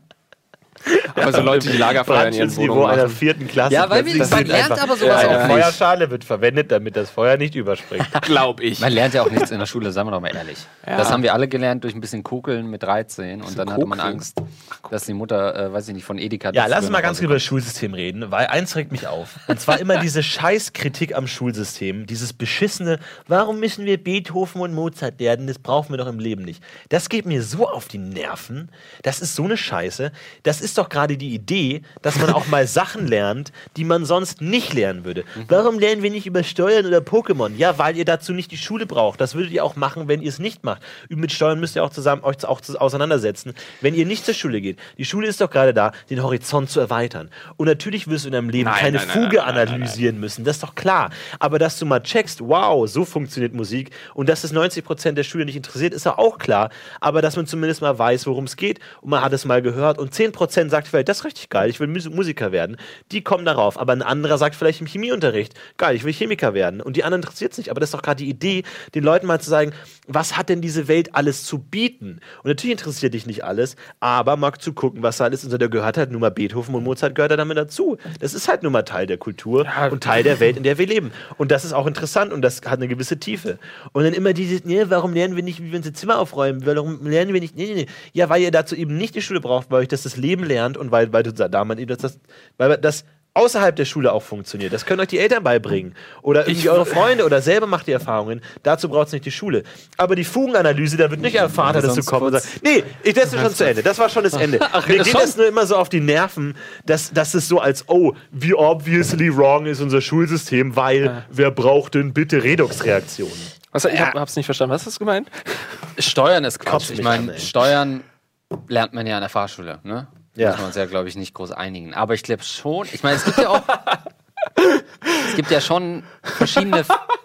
Aber so Leute, die Lagerfeuer in ihren Wohnungen machen. Einer 4. Klasse. Ja, weil man lernt aber sowas auch eine nicht. Feuerschale wird verwendet, damit das Feuer nicht überspringt. Glaub ich. Man lernt ja auch nichts in der Schule, sagen wir doch mal ehrlich. Ja. Das haben wir alle gelernt durch ein bisschen Kokeln mit 13 und dann hatte man Angst, dass die Mutter, weiß ich nicht, von Edeka... Ja, lass uns mal ganz über das Schulsystem reden, weil eins regt mich auf. Und zwar immer diese Scheißkritik am Schulsystem, dieses beschissene, warum müssen wir Beethoven und Mozart lernen, das brauchen wir doch im Leben nicht. Das geht mir so auf die Nerven, das ist so eine Scheiße, das ist doch gerade die Idee, dass man auch mal Sachen lernt, die man sonst nicht lernen würde. Warum lernen wir nicht über Steuern oder Pokémon? Ja, weil ihr dazu nicht die Schule braucht. Das würdet ihr auch machen, wenn ihr es nicht macht. Mit Steuern müsst ihr auch zusammen euch auch auseinandersetzen, wenn ihr nicht zur Schule geht. Die Schule ist doch gerade da, den Horizont zu erweitern. Und natürlich wirst du in deinem Leben keine Fuge analysieren müssen. Das ist doch klar. Aber dass du mal checkst, wow, so funktioniert Musik und dass es 90% der Schüler nicht interessiert, ist doch auch klar. Aber dass man zumindest mal weiß, worum es geht und man hat es mal gehört und 10% sagt vielleicht, das ist richtig geil, ich will Musiker werden. Die kommen darauf. Aber ein anderer sagt vielleicht im Chemieunterricht, geil, ich will Chemiker werden. Und die anderen interessiert es nicht. Aber das ist doch gerade die Idee, den Leuten mal zu sagen, was hat denn diese Welt alles zu bieten? Und natürlich interessiert dich nicht alles, aber mal zu gucken, was da alles ist. Und da gehört halt nur mal Beethoven und Mozart gehört da damit dazu. Das ist halt nur mal Teil der Kultur und Teil der Welt, in der wir leben. Und das ist auch interessant und das hat eine gewisse Tiefe. Und dann immer dieses, nee, warum lernen wir nicht, wie wir unser Zimmer aufräumen? Warum lernen wir nicht, nee. Ja, weil ihr dazu eben nicht die Schule braucht, weil euch das Leben lernt und weil du da man eben weil das außerhalb der Schule auch funktioniert. Das können euch die Eltern beibringen. Oder irgendwie eure Freunde oder selber macht die Erfahrungen. Dazu braucht es nicht die Schule. Aber die Fugenanalyse, da wird nicht ein Vater dazu kommen und sagen, nee, das ist schon zu Ende. Das war schon das Ende. Mir geht das nur immer so auf die Nerven, dass es so als, wie obviously wrong ist unser Schulsystem, weil wer braucht denn bitte Redoxreaktionen? Ich hab's nicht verstanden. Was hast du gemeint? Steuern ist Quatsch. Ich meine, Steuern lernt man ja an der Fahrschule, ne? Ja. Müssen wir uns ja, glaube ich, nicht groß einigen. Aber ich glaube schon, ich meine, es gibt ja auch, es gibt ja schon verschiedene,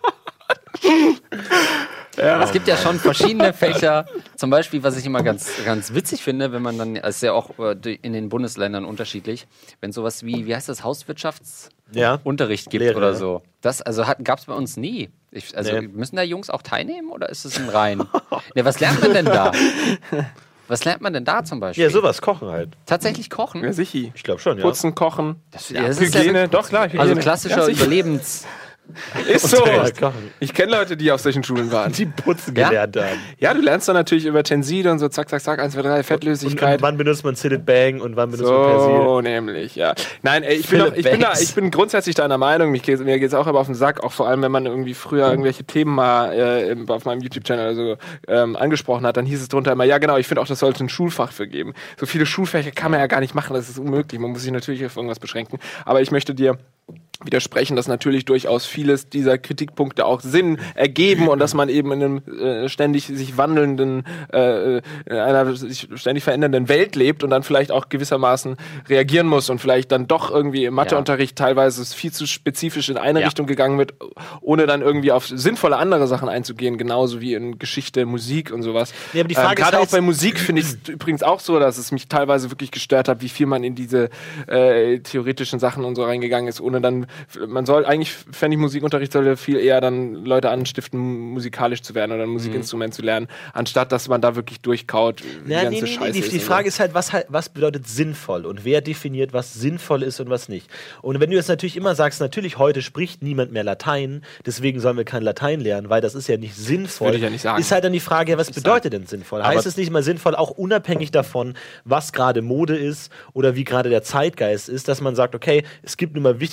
es gibt ja schon verschiedene Fächer, zum Beispiel, was ich immer ganz, ganz witzig finde, wenn man dann, es ist ja auch in den Bundesländern unterschiedlich, wenn sowas wie heißt das, Hauswirtschaftsunterricht gibt oder so. Das gab es bei uns nie. Müssen da Jungs auch teilnehmen oder ist es ein rein? Ne, was lernt man denn da? Was lernt man denn da zum Beispiel? Ja, sowas, kochen halt. Tatsächlich kochen? Ja, sicher. Ich glaube schon, ja. Putzen, kochen, das Hygiene, doch klar, Hygiene. Also klassischer Überlebens... Ist so. Ich kenne Leute, die auf solchen Schulen waren. Die putzen gelernt haben. Ja, du lernst dann natürlich über Tenside und so zack, 1, 2, 3, Fettlösigkeit. Und wann benutzt man Sit It Bang und wann benutzt man Persil? So nämlich, ja. Nein, ich bin grundsätzlich deiner Meinung, mir geht's auch aber auf den Sack, auch vor allem, wenn man irgendwie früher irgendwelche Themen mal auf meinem YouTube-Channel oder so angesprochen hat, dann hieß es drunter immer, ja genau, ich finde auch, das sollte ein Schulfach für geben. So viele Schulfächer kann man ja gar nicht machen, das ist unmöglich, man muss sich natürlich auf irgendwas beschränken. Aber ich möchte dir widersprechen, dass natürlich durchaus vieles dieser Kritikpunkte auch Sinn ergeben und dass man eben in einem ständig sich wandelnden, in einer sich ständig verändernden Welt lebt und dann vielleicht auch gewissermaßen reagieren muss und vielleicht dann doch irgendwie im Matheunterricht teilweise viel zu spezifisch in eine Richtung gegangen wird, ohne dann irgendwie auf sinnvolle andere Sachen einzugehen, genauso wie in Geschichte, Musik und sowas. Ja, aber die Frage gerade ist auch bei Musik finde ich es übrigens auch so, dass es mich teilweise wirklich gestört hat, wie viel man in diese theoretischen Sachen und so reingegangen ist, ohne dann fände ich, Musikunterricht sollte viel eher dann Leute anstiften, musikalisch zu werden oder ein Musikinstrument zu lernen, anstatt dass man da wirklich durchkaut. Die Frage ist halt, was bedeutet sinnvoll und wer definiert, was sinnvoll ist und was nicht. Und wenn du jetzt natürlich immer sagst, natürlich heute spricht niemand mehr Latein, deswegen sollen wir kein Latein lernen, weil das ist ja nicht sinnvoll. Würde ich ja nicht sagen. Ist halt dann die Frage, was bedeutet denn sinnvoll? Heißt es nicht mal sinnvoll, auch unabhängig davon, was gerade Mode ist oder wie gerade der Zeitgeist ist, dass man sagt, okay, es gibt nun mal wichtige kulturelle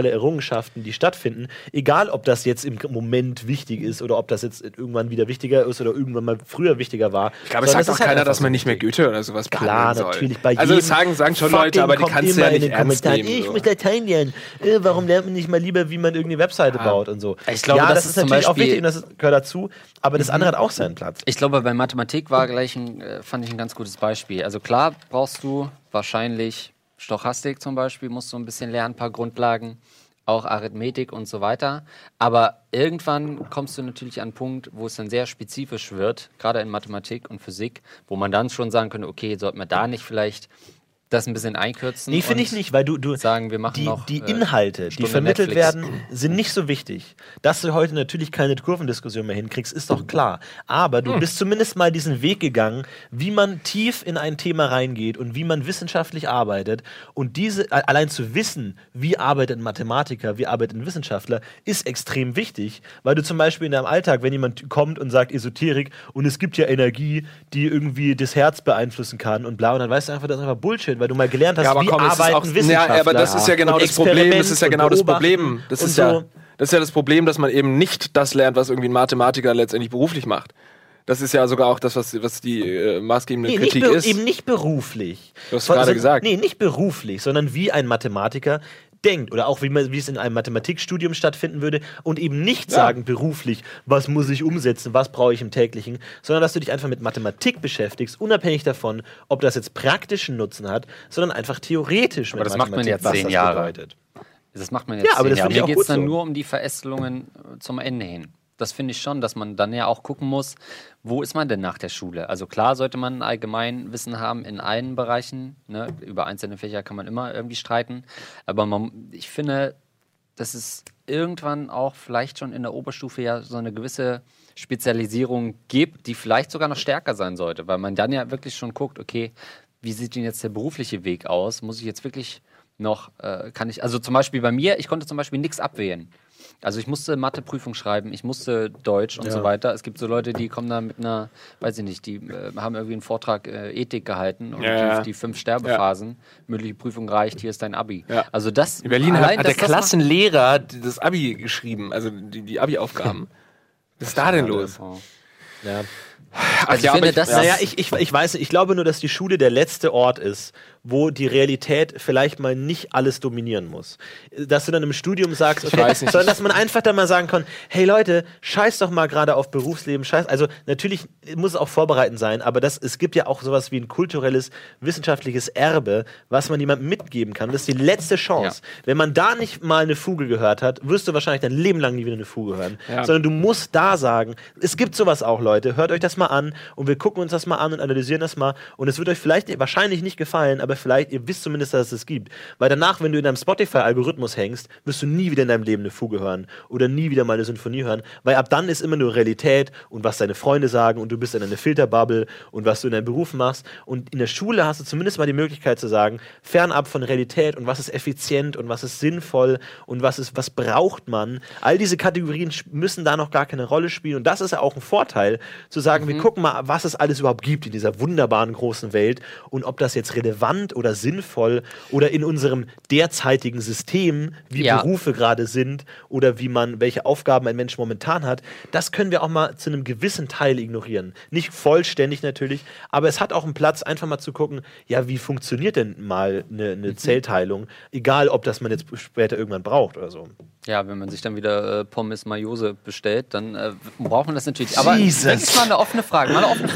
kulturelle Errungenschaften, die stattfinden, egal ob das jetzt im Moment wichtig ist oder ob das jetzt irgendwann wieder wichtiger ist oder irgendwann mal früher wichtiger war. Ich glaube, es sagt auch keiner, dass man nicht mehr Goethe oder sowas klar, soll. Natürlich. Bei also das sagen schon Leute, aber die kannst du ja nicht ernst nehmen. Ich muss Latein lernen. Warum lernt man nicht mal lieber, wie man irgendeine Webseite baut und so? Ich glaube, das ist natürlich auch wichtig und das gehört dazu, aber das andere hat auch seinen Platz. Ich glaube, bei Mathematik war fand ich ein ganz gutes Beispiel. Also klar brauchst du wahrscheinlich Stochastik zum Beispiel, musst du ein bisschen lernen, ein paar Grundlagen, auch Arithmetik und so weiter. Aber irgendwann kommst du natürlich an einen Punkt, wo es dann sehr spezifisch wird, gerade in Mathematik und Physik, wo man dann schon sagen könnte, okay, sollten wir da nicht vielleicht das ein bisschen einkürzen? Nee, finde ich nicht, weil du sagen, wir machen die Inhalte, die vermittelt werden, sind nicht so wichtig. Dass du heute natürlich keine Kurvendiskussion mehr hinkriegst, ist doch klar. Aber du bist zumindest mal diesen Weg gegangen, wie man tief in ein Thema reingeht und wie man wissenschaftlich arbeitet. Und allein zu wissen, wie arbeitet ein Mathematiker, wie arbeitet ein Wissenschaftler, ist extrem wichtig, weil du zum Beispiel in deinem Alltag, wenn jemand kommt und sagt Esoterik und es gibt ja Energie, die irgendwie das Herz beeinflussen kann und bla, und dann weißt du einfach, das ist einfach Bullshit, weil du mal gelernt hast, wie arbeiten Wissenschaftler. Ja, aber das ist ja genau das Problem. Das ist ja genau das Problem. Das ist ja das Problem, dass man eben nicht das lernt, was irgendwie ein Mathematiker letztendlich beruflich macht. Das ist ja sogar auch das, was die maßgebende Kritik ist. Eben nicht beruflich. Du hast gerade gesagt. Nee, nicht beruflich, sondern wie ein Mathematiker denkt oder auch wie es in einem Mathematikstudium stattfinden würde und eben nicht sagen beruflich, was muss ich umsetzen, was brauche ich im täglichen, sondern dass du dich einfach mit Mathematik beschäftigst, unabhängig davon, ob das jetzt praktischen Nutzen hat, sondern einfach theoretisch aber mit das Mathematik, macht man jetzt was 10 das Jahre. bedeutet. Das macht man jetzt aber 10 das Jahre. finde ich Mir auch geht gut es dann so. nur um die Verästelungen zum Ende hin. Das finde ich schon, dass man dann ja auch gucken muss, wo ist man denn nach der Schule? Also klar sollte man allgemein Wissen haben in allen Bereichen. Ne? Über einzelne Fächer kann man immer irgendwie streiten. Aber ich finde, dass es irgendwann auch vielleicht schon in der Oberstufe ja so eine gewisse Spezialisierung gibt, die vielleicht sogar noch stärker sein sollte. Weil man dann ja wirklich schon guckt, okay, wie sieht denn jetzt der berufliche Weg aus? Muss ich jetzt wirklich noch, also zum Beispiel bei mir, ich konnte zum Beispiel nichts abwählen. Also ich musste Matheprüfung schreiben, ich musste Deutsch und so weiter. Es gibt so Leute, die kommen da mit einer, weiß ich nicht, die haben irgendwie einen Vortrag Ethik gehalten und die 5 Sterbephasen, mündliche Prüfung reicht, hier ist dein Abi. Ja. Also das in Berlin hat der Klassenlehrer das Abi geschrieben, also die Abi-Aufgaben. Was ist da denn los? Ja. Also ich finde, ich weiß nicht, ich glaube nur, dass die Schule der letzte Ort ist, wo die Realität vielleicht mal nicht alles dominieren muss. Dass du dann im Studium sagst, okay, sondern dass man einfach dann mal sagen kann, hey Leute, scheiß doch mal gerade auf Berufsleben, also natürlich muss es auch vorbereitend sein, aber es gibt ja auch sowas wie ein kulturelles, wissenschaftliches Erbe, was man jemandem mitgeben kann. Das ist die letzte Chance. Ja. Wenn man da nicht mal eine Fuge gehört hat, wirst du wahrscheinlich dein Leben lang nie wieder eine Fuge hören. Ja. Sondern du musst da sagen, es gibt sowas auch, Leute, hört euch das mal an und wir gucken uns das mal an und analysieren das mal und es wird euch wahrscheinlich nicht gefallen, aber vielleicht, ihr wisst zumindest, dass es gibt. Weil danach, wenn du in deinem Spotify-Algorithmus hängst, wirst du nie wieder in deinem Leben eine Fuge hören oder nie wieder mal eine Sinfonie hören, weil ab dann ist immer nur Realität und was deine Freunde sagen und du bist in einer Filterbubble und was du in deinem Beruf machst und in der Schule hast du zumindest mal die Möglichkeit zu sagen, fernab von Realität und was ist effizient und was ist sinnvoll und was braucht man. All diese Kategorien müssen da noch gar keine Rolle spielen und das ist ja auch ein Vorteil, zu sagen, wir gucken mal, was es alles überhaupt gibt in dieser wunderbaren großen Welt und ob das jetzt relevant oder sinnvoll oder in unserem derzeitigen System, wie Berufe gerade sind oder welche Aufgaben ein Mensch momentan hat, das können wir auch mal zu einem gewissen Teil ignorieren. Nicht vollständig natürlich, aber es hat auch einen Platz, einfach mal zu gucken, ja, wie funktioniert denn mal eine Zellteilung, egal ob das man jetzt später irgendwann braucht oder so. Ja, wenn man sich dann wieder Pommes Mayose bestellt, dann braucht man das natürlich. Aber das ist mal eine offene Frage.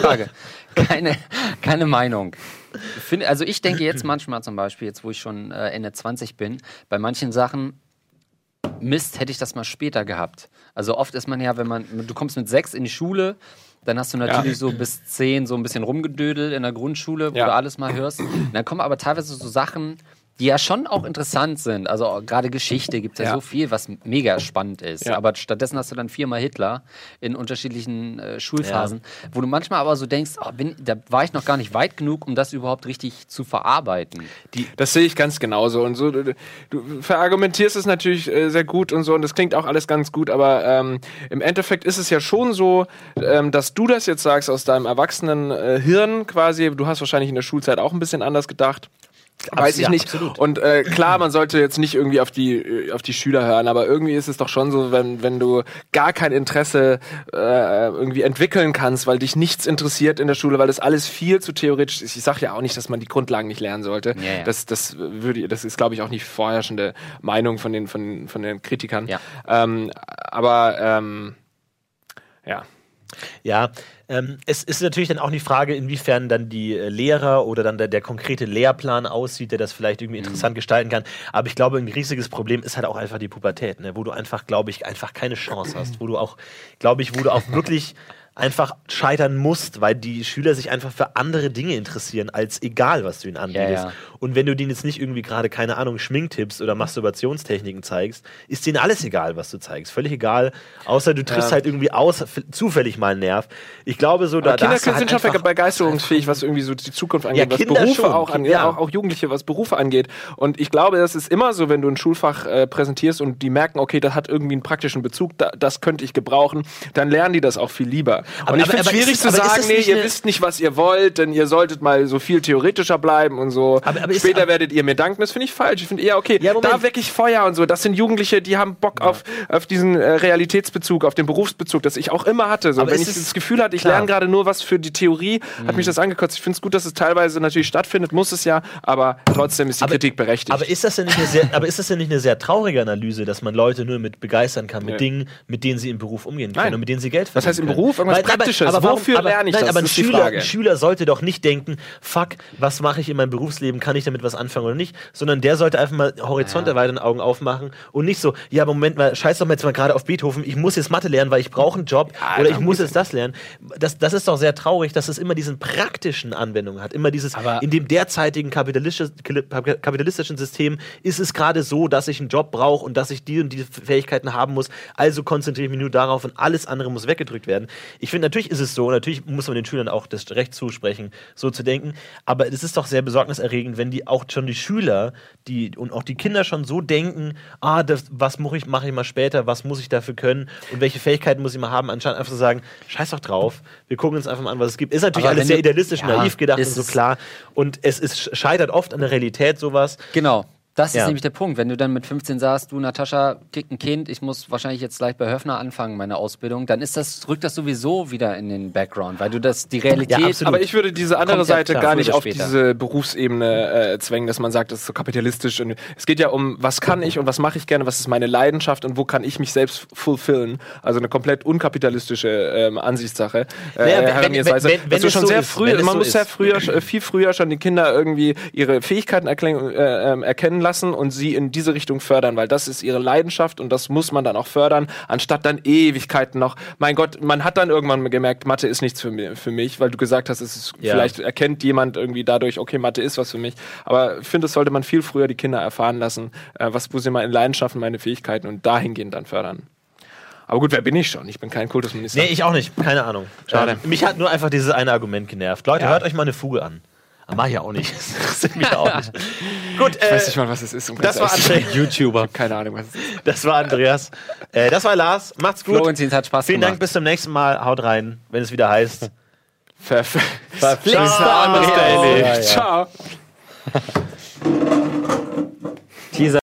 Keine Meinung. Also ich denke jetzt manchmal zum Beispiel, jetzt wo ich schon Ende 20 bin, bei manchen Sachen, Mist, hätte ich das mal später gehabt. Also oft ist man ja, du kommst mit 6 in die Schule, dann hast du natürlich so bis 10 so ein bisschen rumgedödelt in der Grundschule, wo du alles mal hörst. Und dann kommen aber teilweise so Sachen, die ja schon auch interessant sind. Also gerade Geschichte gibt es ja so viel, was mega spannend ist. Ja. Aber stattdessen hast du dann 4-mal Hitler in unterschiedlichen Schulphasen, wo du manchmal aber so denkst, da war ich noch gar nicht weit genug, um das überhaupt richtig zu verarbeiten. Das sehe ich ganz genauso. Und so, du verargumentierst es natürlich sehr gut und so, und das klingt auch alles ganz gut, aber im Endeffekt ist es ja schon so, dass du das jetzt sagst aus deinem erwachsenen Hirn quasi, du hast wahrscheinlich in der Schulzeit auch ein bisschen anders gedacht. Weiß ich ja, nicht. absolut. Und klar, man sollte jetzt nicht irgendwie auf die Schüler hören, aber irgendwie ist es doch schon so, wenn du gar kein Interesse irgendwie entwickeln kannst, weil dich nichts interessiert in der Schule, weil das alles viel zu theoretisch ist. Ich sage ja auch nicht, dass man die Grundlagen nicht lernen sollte. Ja. Das ist, glaube ich, auch nicht vorherrschende Meinung von den Kritikern. Ja. Ja. Ja, es ist natürlich dann auch die Frage, inwiefern dann die Lehrer oder dann der konkrete Lehrplan aussieht, der das vielleicht irgendwie interessant gestalten kann. Aber ich glaube, ein riesiges Problem ist halt auch einfach die Pubertät, ne? Wo du einfach, glaube ich, einfach keine Chance hast. Wo du auch wirklich einfach scheitern musst, weil die Schüler sich einfach für andere Dinge interessieren, als egal, was du ihnen anbietest. Ja. Und wenn du denen jetzt nicht irgendwie gerade, keine Ahnung, Schminktipps oder Masturbationstechniken zeigst, ist denen alles egal, was du zeigst. Völlig egal, außer du triffst halt irgendwie zufällig mal einen Nerv. Ich glaube so, Kinder hast du sind halt schon begeisterungsfähig, was irgendwie so die Zukunft angeht, was Kinder Berufe schon, auch angeht, ja. auch Jugendliche, was Berufe angeht. Und ich glaube, das ist immer so, wenn du ein Schulfach präsentierst und die merken, okay, das hat irgendwie einen praktischen Bezug, das könnte ich gebrauchen, dann lernen die das auch viel lieber. Und ich finde es schwierig zu sagen, nee, ihr wisst nicht, was ihr wollt, denn ihr solltet mal so viel theoretischer bleiben und so. Aber Später werdet ihr mir danken. Das finde ich falsch. Ich finde eher, okay, da wecke ich Feuer und so. Das sind Jugendliche, die haben Bock auf diesen Realitätsbezug, auf den Berufsbezug, das ich auch immer hatte. So, wenn ich das Gefühl hatte, ich lerne gerade nur was für die Theorie, hat mich das angekotzt. Ich finde es gut, dass es teilweise natürlich stattfindet, muss es ja, aber trotzdem ist die Kritik berechtigt. Aber ist das denn nicht eine sehr traurige Analyse, dass man Leute nur mit begeistern kann, mit Dingen, mit denen sie im Beruf umgehen können und mit denen sie Geld verdienen Was heißt im können? Beruf? Irgendwas Praktisches. Wofür lerne ich das? Aber Das ist die Frage. ein Schüler sollte doch nicht denken, fuck, was mache ich in meinem Berufsleben, kann ich damit was anfangen oder nicht, sondern der sollte einfach mal Horizont erweitern, Augen aufmachen und nicht so, ja, Moment mal, scheiß doch mal jetzt mal gerade auf Beethoven, ich muss jetzt Mathe lernen, weil ich brauche einen Job oder ich muss jetzt das lernen. Das ist doch sehr traurig, dass es immer diesen praktischen Anwendungen hat, immer dieses, in dem derzeitigen kapitalistischen System ist es gerade so, dass ich einen Job brauche und dass ich die und die Fähigkeiten haben muss, also konzentriere ich mich nur darauf und alles andere muss weggedrückt werden. Ich finde, natürlich ist es so, natürlich muss man den Schülern auch das Recht zusprechen, so zu denken, aber es ist doch sehr besorgniserregend, wenn die auch schon die Schüler und auch die Kinder schon so denken, was mache ich mal später, was muss ich dafür können und welche Fähigkeiten muss ich mal haben, anstatt einfach zu sagen, scheiß doch drauf, wir gucken uns einfach mal an, was es gibt. Ist natürlich alles sehr idealistisch, naiv gedacht und so klar und es scheitert oft an der Realität sowas. Genau. Das ist nämlich der Punkt. Wenn du dann mit 15 sagst, du Natascha, krieg ein Kind, ich muss wahrscheinlich jetzt gleich bei Höfner anfangen, meine Ausbildung, dann rückt das sowieso wieder in den Background, weil du die Realität... Ja, aber ich würde diese andere Seite gar nicht auf später. diese Berufsebene zwängen, dass man sagt, das ist so kapitalistisch. Und es geht ja um, was kann ich und was mache ich gerne, was ist meine Leidenschaft und wo kann ich mich selbst fulfillen. Also eine komplett unkapitalistische Ansichtssache. Man muss viel früher schon die Kinder irgendwie ihre Fähigkeiten erkennen lassen und sie in diese Richtung fördern, weil das ist ihre Leidenschaft und das muss man dann auch fördern, anstatt dann Ewigkeiten noch. Mein Gott, man hat dann irgendwann gemerkt, Mathe ist nichts für mich, weil du gesagt hast, vielleicht erkennt jemand irgendwie dadurch, okay, Mathe ist was für mich. Aber ich finde, das sollte man viel früher die Kinder erfahren lassen, wo sie meine Leidenschaften, meine Fähigkeiten und dahingehend dann fördern. Aber gut, wer bin ich schon? Ich bin kein Kultusminister. Nee, ich auch nicht. Keine Ahnung. Schade. Mich hat nur einfach dieses eine Argument genervt. Leute, hört euch mal eine Fuge an. Mach ich auch nicht. Das interessiert mich auch nicht. Gut, ich weiß nicht mal, was es ist. Das war Andreas. YouTuber. Keine Ahnung, was es ist. Das war Andreas. Das war Lars. Macht's gut. Florentin, hat Spaß Vielen gemacht. Dank, bis zum nächsten Mal. Haut rein, wenn es wieder heißt. Verflixter Ciao. Daily. Ja. Ciao. Teaser.